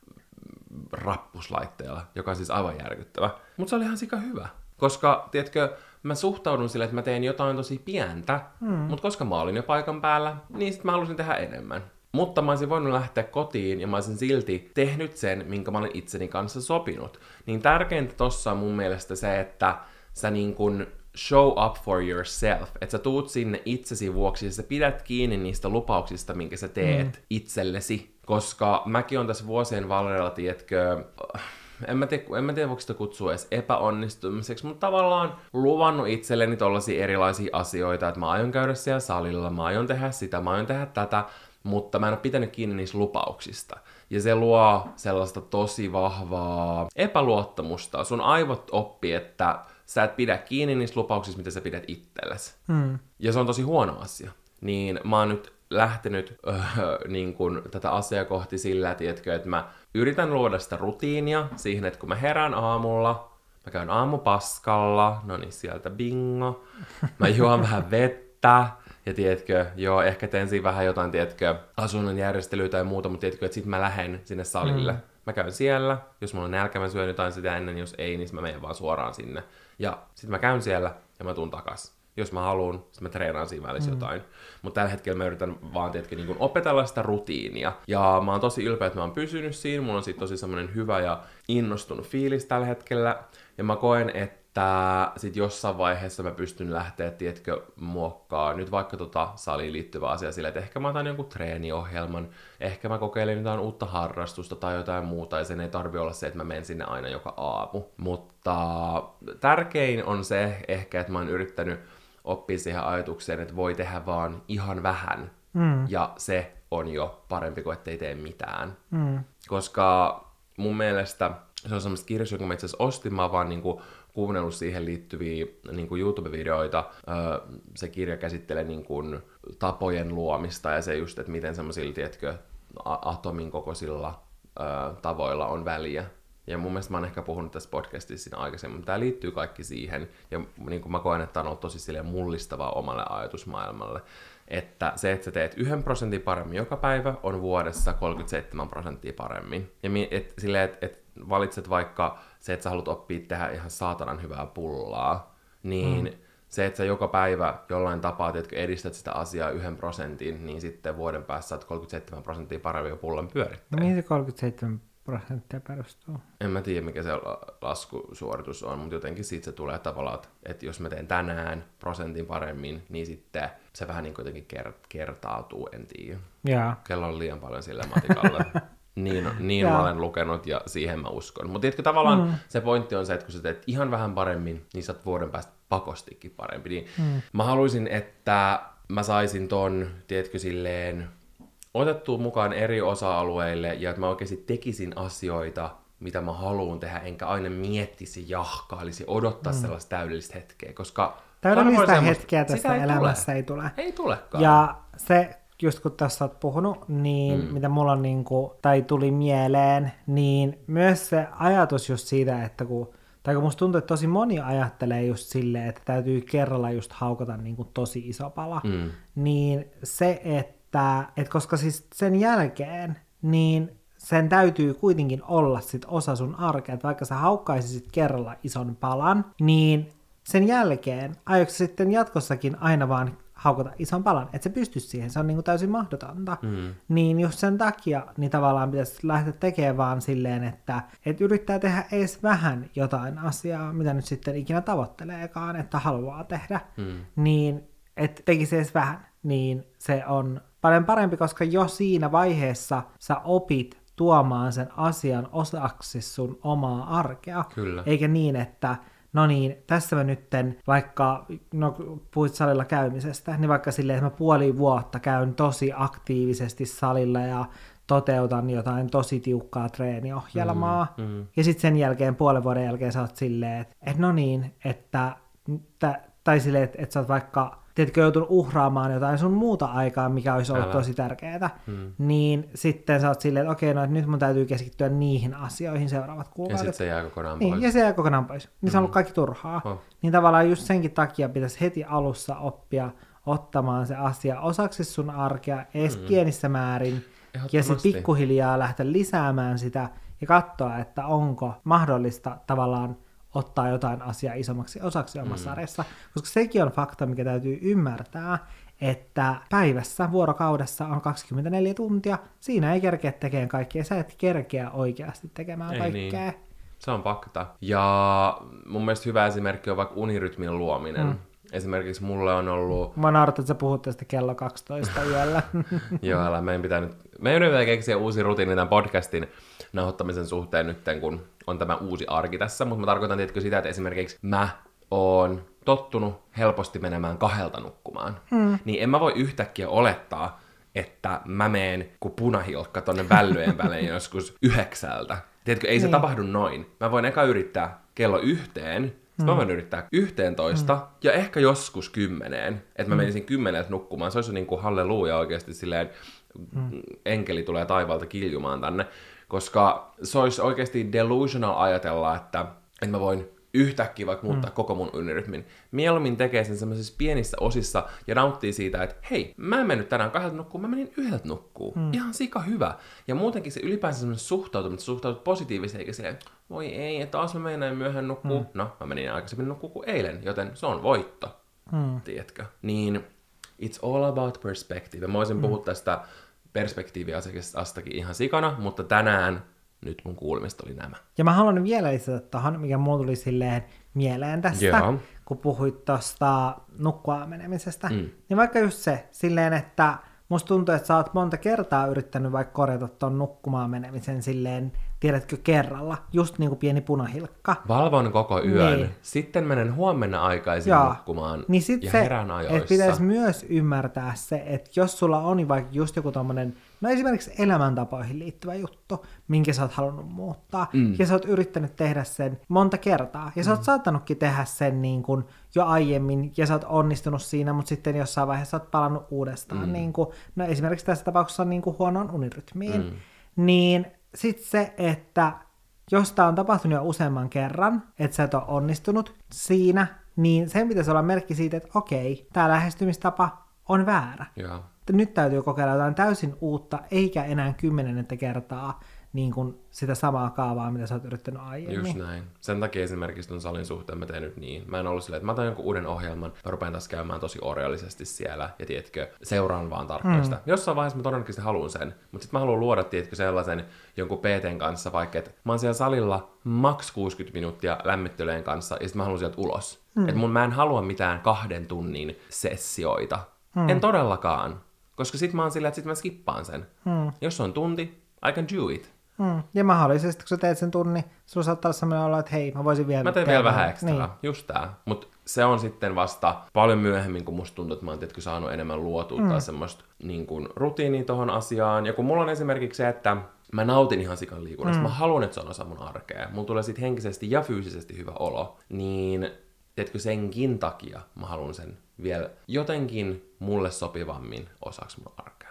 rappuslaitteella, joka on siis aivan järkyttävä. Mutta se oli ihan sika hyvä. Koska, tiedätkö, mä suhtaudun silleen, että mä teen jotain tosi pientä, mutta koska mä olin jo paikan päällä, niin sit mä halusin tehdä enemmän. Mutta mä olisin voinut lähteä kotiin ja mä olisin silti tehnyt sen, minkä mä olin itseni kanssa sopinut. Niin tärkeintä tossa on mun mielestä se, että sä niin kun show up for yourself. Että sä tuut sinne itsesi vuoksi ja sä pidät kiinni niistä lupauksista, minkä sä teet itsellesi. Koska mäkin on tässä vuosien varrella, tiedätkö, en mä tiedä, voiko sitä kutsua edes epäonnistumiseksi, mutta tavallaan luvannut itselleni tollaisia erilaisia asioita, että mä aion käydä siellä salilla, mä aion tehdä sitä, mä aion tehdä tätä, mutta mä en ole pitänyt kiinni niistä lupauksista. Ja se luo sellaista tosi vahvaa epäluottamusta. Sun aivot oppii, että sä et pidä kiinni niistä lupauksista, mitä sä pidät itsellesi. Ja se on tosi huono asia. Niin mä oon nyt lähtenyt niin kun tätä asiaa kohti sillä, tiedätkö, että mä yritän luoda sitä rutiinia siihen, että kun mä herään aamulla, mä käyn aamupaskalla, no niin sieltä bingo, mä juon vähän vettä, ja tiedätkö, joo, ehkä teen siinä vähän jotain, tiedätkö, asunnon järjestelyä tai muuta, mutta tiedätkö, että sit mä lähden sinne salille. Mä käyn siellä, jos mulla on nälkä, mä syön jotain sitä ennen, jos ei, niin mä menen vaan suoraan sinne. Ja sit mä käyn siellä, ja mä tuun takas. Jos mä haluan, sitten mä treenaan siinä välissä jotain. Mutta tällä hetkellä mä yritän vaan niin kun opetella sitä rutiinia. Ja mä oon tosi ylpeä, että mä oon pysynyt siinä. Mulla on siitä tosi semmoinen hyvä ja innostunut fiilis tällä hetkellä. Ja mä koen, että sit jossain vaiheessa mä pystyn lähteä, tiedätkö, muokkaa nyt vaikka saliin liittyvä asia sille, että ehkä mä otan jonkun treeniohjelman, ehkä mä kokeilen jotain uutta harrastusta tai jotain muuta, ja sen ei tarvi olla se, että mä menen sinne aina joka aamu. Mutta tärkein on se ehkä, että mä oon yrittänyt oppia siihen ajatukseen, että voi tehdä vaan ihan vähän, ja se on jo parempi kuin ettei tee mitään. Koska mun mielestä se on semmoista kirjaa, kun mä itse asiassa ostin, mä oon vaan niinku kuunnellut siihen liittyviä niinku YouTube-videoita. Se kirja käsittelee niinku tapojen luomista ja se just, että miten semmoisilla, tiedätkö, atomin kokoisilla tavoilla on väliä. Ja mun mielestä mä oon ehkä puhunut tässä podcastissa siinä aikaisemmin, mutta tää liittyy kaikki siihen. Ja niin kuin mä koen, että tää on ollut tosi silleen mullistavaa omalle ajatusmaailmalle. Että se, että sä teet 1% paremmin joka päivä, on vuodessa 37% paremmin. Ja silleen, että valitset vaikka se, että sä haluat oppia tehdä ihan saatanan hyvää pullaa, niin se, että sä joka päivä jollain tapaa, että edistät sitä asiaa 1%, niin sitten vuoden päässä saat 37% paremmin pullan pyörittää. No mihin se 37% perustuu? En mä tiedä, mikä se laskusuoritus on, mutta jotenkin siitä se tulee tavallaan, että jos mä teen tänään prosentin paremmin, niin sitten se vähän niin kuin jotenkin kertautuu, en tiedä. Jaa. Kello on liian paljon sille matikalle. Niin mä olen lukenut ja siihen mä uskon. Mutta tiedätkö, tavallaan se pointti on se, että kun sä teet ihan vähän paremmin, niin sä oot vuoden päästä pakostikin parempi. Niin mä haluaisin, että mä saisin ton, tiedätkö, silleen otettua mukaan eri osa-alueille ja että mä oikeasti tekisin asioita, mitä mä haluan tehdä, enkä aina miettisi, jahkailisi, odottaa sellaista täydellistä hetkeä, koska täydellistä hetkeä tässä elämässä ei tule. Ei tulekaan. Ja se, just kun tässä oot puhunut, niin mitä mulla on niinku, tai tuli mieleen, niin myös se ajatus just siitä, että kun musta tuntuu, että tosi moni ajattelee just silleen, että täytyy kerralla just haukata niinku tosi iso pala, niin se, että koska siis sen jälkeen, niin sen täytyy kuitenkin olla sit osa sun arkea, että vaikka sä haukkaisisit kerralla ison palan, niin sen jälkeen aiotko sitten jatkossakin aina vaan haukata ison palan, että se pystyisi siihen, se on niinku täysin mahdotonta. Niin just sen takia niin tavallaan pitäisi lähteä tekemään vaan silleen, että yrittää tehdä edes vähän jotain asiaa, mitä nyt sitten ikinä tavoitteleekaan, että haluaa tehdä, niin että tekisi edes vähän, niin se on paljon parempi, koska jo siinä vaiheessa sä opit tuomaan sen asian osaksi sun omaa arkea. Kyllä. Eikä niin, että no niin, tässä mä nytten, vaikka, no puhuit salilla käymisestä, niin vaikka silleen, että mä puoli vuotta käyn tosi aktiivisesti salilla ja toteutan jotain tosi tiukkaa treeniohjelmaa, ja sitten sen jälkeen, puolen vuoden jälkeen sä oot silleen, että no niin, että, tai silleen, että sä oot vaikka tiedätkö, joutunut uhraamaan jotain sun muuta aikaa, mikä olisi ollut tosi tärkeää, niin sitten sä oot silleen, että okei, no että nyt mun täytyy keskittyä niihin asioihin seuraavat kuukaudet. Ja sitten se jää kokonaan pois. Niin, ja se jää kokonaan pois. Niin se on ollut kaikki turhaa. Niin tavallaan just senkin takia pitäisi heti alussa oppia ottamaan se asia osaksi sun arkea, edes pienissä määrin, ja sitten pikkuhiljaa lähteä lisäämään sitä, ja katsoa, että onko mahdollista tavallaan ottaa jotain asiaa isommaksi osaksi omassa arjessa, koska sekin on fakta, mikä täytyy ymmärtää, että päivässä, vuorokaudessa on 24 tuntia, siinä ei kerkeä tekemään kaikkea, sä et kerkeä oikeasti tekemään ei kaikkea. Niin. Se on fakta. Ja mun mielestä hyvä esimerkki on vaikka unirytmin luominen. Esimerkiksi mulle on ollut... Mä naurat, että sä puhut tästä kello 12 yöllä. Joo, älä, me yritetään keksiä uusi rutiini tämän podcastin nauhoittamisen suhteen nyt, kun on tämä uusi arki tässä, mutta mä tarkoitan tietenkin sitä, että esimerkiksi mä oon tottunut helposti menemään 2 nukkumaan. Niin en mä voi yhtäkkiä olettaa, että mä meen kuin punahilkka tonne vällyjen välein joskus 9. Tiedätkö, ei se tapahdu noin. Mä voin eka yrittää kello 1, sitten mä voin yrittää 11 ja ehkä joskus 10, että mä menisin 10 nukkumaan. Se olisi niin kuin halleluja oikeasti silleen, enkeli tulee taivaalta kiljumaan tänne, koska se olisi oikeasti delusional ajatella, että mä voin yhtäkkiä vaikka muuttaa koko mun unirytmin. Mieluummin tekee sen semmoisissa pienissä osissa ja nauttii siitä, että hei, mä en mennyt tänään 2 nukkuun, mä menin 1 nukkuun. Ihan sika hyvä. Ja muutenkin se ylipäänsä semmoinen suhtautuminen, että suhtaudut positiivisesti, eikä silleen, voi ei, että taas mä menen näin myöhään nukkuun. No, mä menin aikaisemmin nukkuun kuin eilen, joten se on voitto. tiedätkö? Niin it's all about perspective. Mä voisin puhua tästä perspektiiviasiastakin ihan sikana, mutta tänään nyt mun kuulemista oli nämä. Ja mä haluan vielä lisätä tohon, mikä mulla tuli silleen mieleen tästä, kun puhuit tuosta nukkua menemisestä. Niin vaikka just se, silleen, että musta tuntuu, että sä oot monta kertaa yrittänyt vaikka korjata ton nukkumaan menemisen silleen, tiedätkö, kerralla. Just niin kuin pieni punahilkka. Valvon koko yön. Niin. Sitten menen huomenna aikaisin nukkumaan niin sit ja se, herään ajoissa. että pitäisi myös ymmärtää se, että jos sulla on vaikka just joku tommonen, no esimerkiksi elämäntapoihin liittyvä juttu, minkä sä oot halunnut muuttaa, ja sä oot yrittänyt tehdä sen monta kertaa, ja sä oot saattanutkin tehdä sen niin kuin jo aiemmin, ja sä oot onnistunut siinä, mutta sitten jossain vaiheessa sä oot palannut uudestaan, niin kuin, no esimerkiksi tässä tapauksessa niin kuin huonoon unirytmiin, niin sitten se, että jos tämä on tapahtunut jo useamman kerran, että sä et ole onnistunut siinä, niin sen pitäisi olla merkki siitä, että okei, tämä lähestymistapa on väärä. Ja. Nyt täytyy kokeilla jotain täysin uutta, eikä enää 10 kertaa niin kuin sitä samaa kaavaa, mitä sä oot yrittänyt aiemmin. Just näin. Sen takia esimerkiksi ton salin suhteen mä teen nyt niin. Mä en ollut silleen, että mä otan jonkun uuden ohjelman, mä rupean taas käymään tosi orjallisesti siellä, ja tiedätkö, seuraan vaan tarkkaan sitä. Jossain vaiheessa mä todennäköisesti haluan sen, mutta sit mä haluan luoda, tiedätkö, sellaisen jonkun PT:n kanssa, vaikka että mä oon siellä salilla maks 60 minuuttia lämmitteleen kanssa, ja sit mä haluan sieltä ulos. Että mä en halua mitään 2 tunnin sessioita. En todellakaan. Koska sit mä oon silleen, että sit mä skippaan sen. Jos on tunti, I can do it. Ja mahdollisesti, kun sä teet sen tunnin, sulla saattaa olla sellainen olo, että hei, mä voisin vielä... Mä teen vielä vähän ekstraa, niin. Just tää. Mut se on sitten vasta paljon myöhemmin, kun musta tuntuu, että mä oon tietysti saanut enemmän luotua semmoista niin kuin rutiinia tohon asiaan. Ja kun mulla on esimerkiksi se, että mä nautin ihan sikan liikunnasta, mä haluan, että se on osa mun arkea. Mulla tulee sit henkisesti ja fyysisesti hyvä olo, niin tiedätkö, senkin takia mä haluan sen vielä jotenkin mulle sopivammin osaksi mun arkea.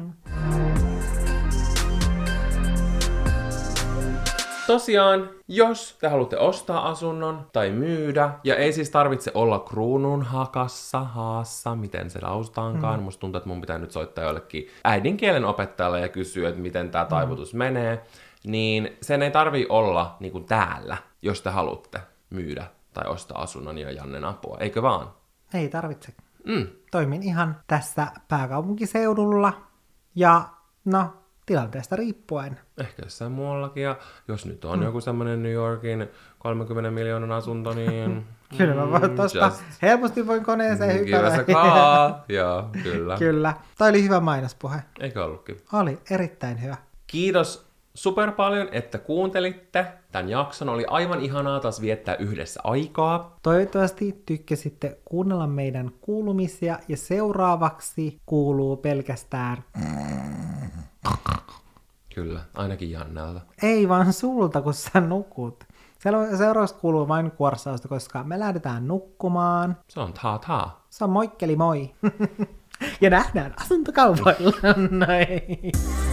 Tosiaan, jos te haluatte ostaa asunnon tai myydä, ja ei siis tarvitse olla kruunun hakassa, haassa, miten se lausutaankaan. Musta tuntuu, että mun pitää nyt soittaa jollekin äidinkielen opettajalle ja kysyä, että miten tää taivutus menee. Niin sen ei tarvii olla niin kuin täällä, jos te haluatte myydä tai ostaa asunnon ja Jannen apua, eikö vaan? Ei tarvitse. Toimin ihan tässä pääkaupunkiseudulla, ja no, tilanteesta riippuen. Ehkä jossain muuallakin, ja jos nyt on joku semmoinen New Yorkin 30 miljoonan asunto, niin... Kyllä mä voin tosta helposti voin koneeseen hypätä. Joo, kyllä. Kyllä. Toi oli hyvä mainospuhe. Eikö ollutkin? Oli erittäin hyvä. Kiitos super paljon, että kuuntelitte. Tämän jakson oli aivan ihanaa taas viettää yhdessä aikaa. Toivottavasti tykkäsitte kuunnella meidän kuulumisia, ja seuraavaksi kuuluu pelkästään... Kyllä, ainakin Jannelta. Ei vaan sulta, kun sä nukut. Seuraavaksi kuuluu vain kuorsausta, koska me lähdetään nukkumaan. Se on taa. Se on moikkeli moi. Ja nähdään asuntokaupoilla. Noin.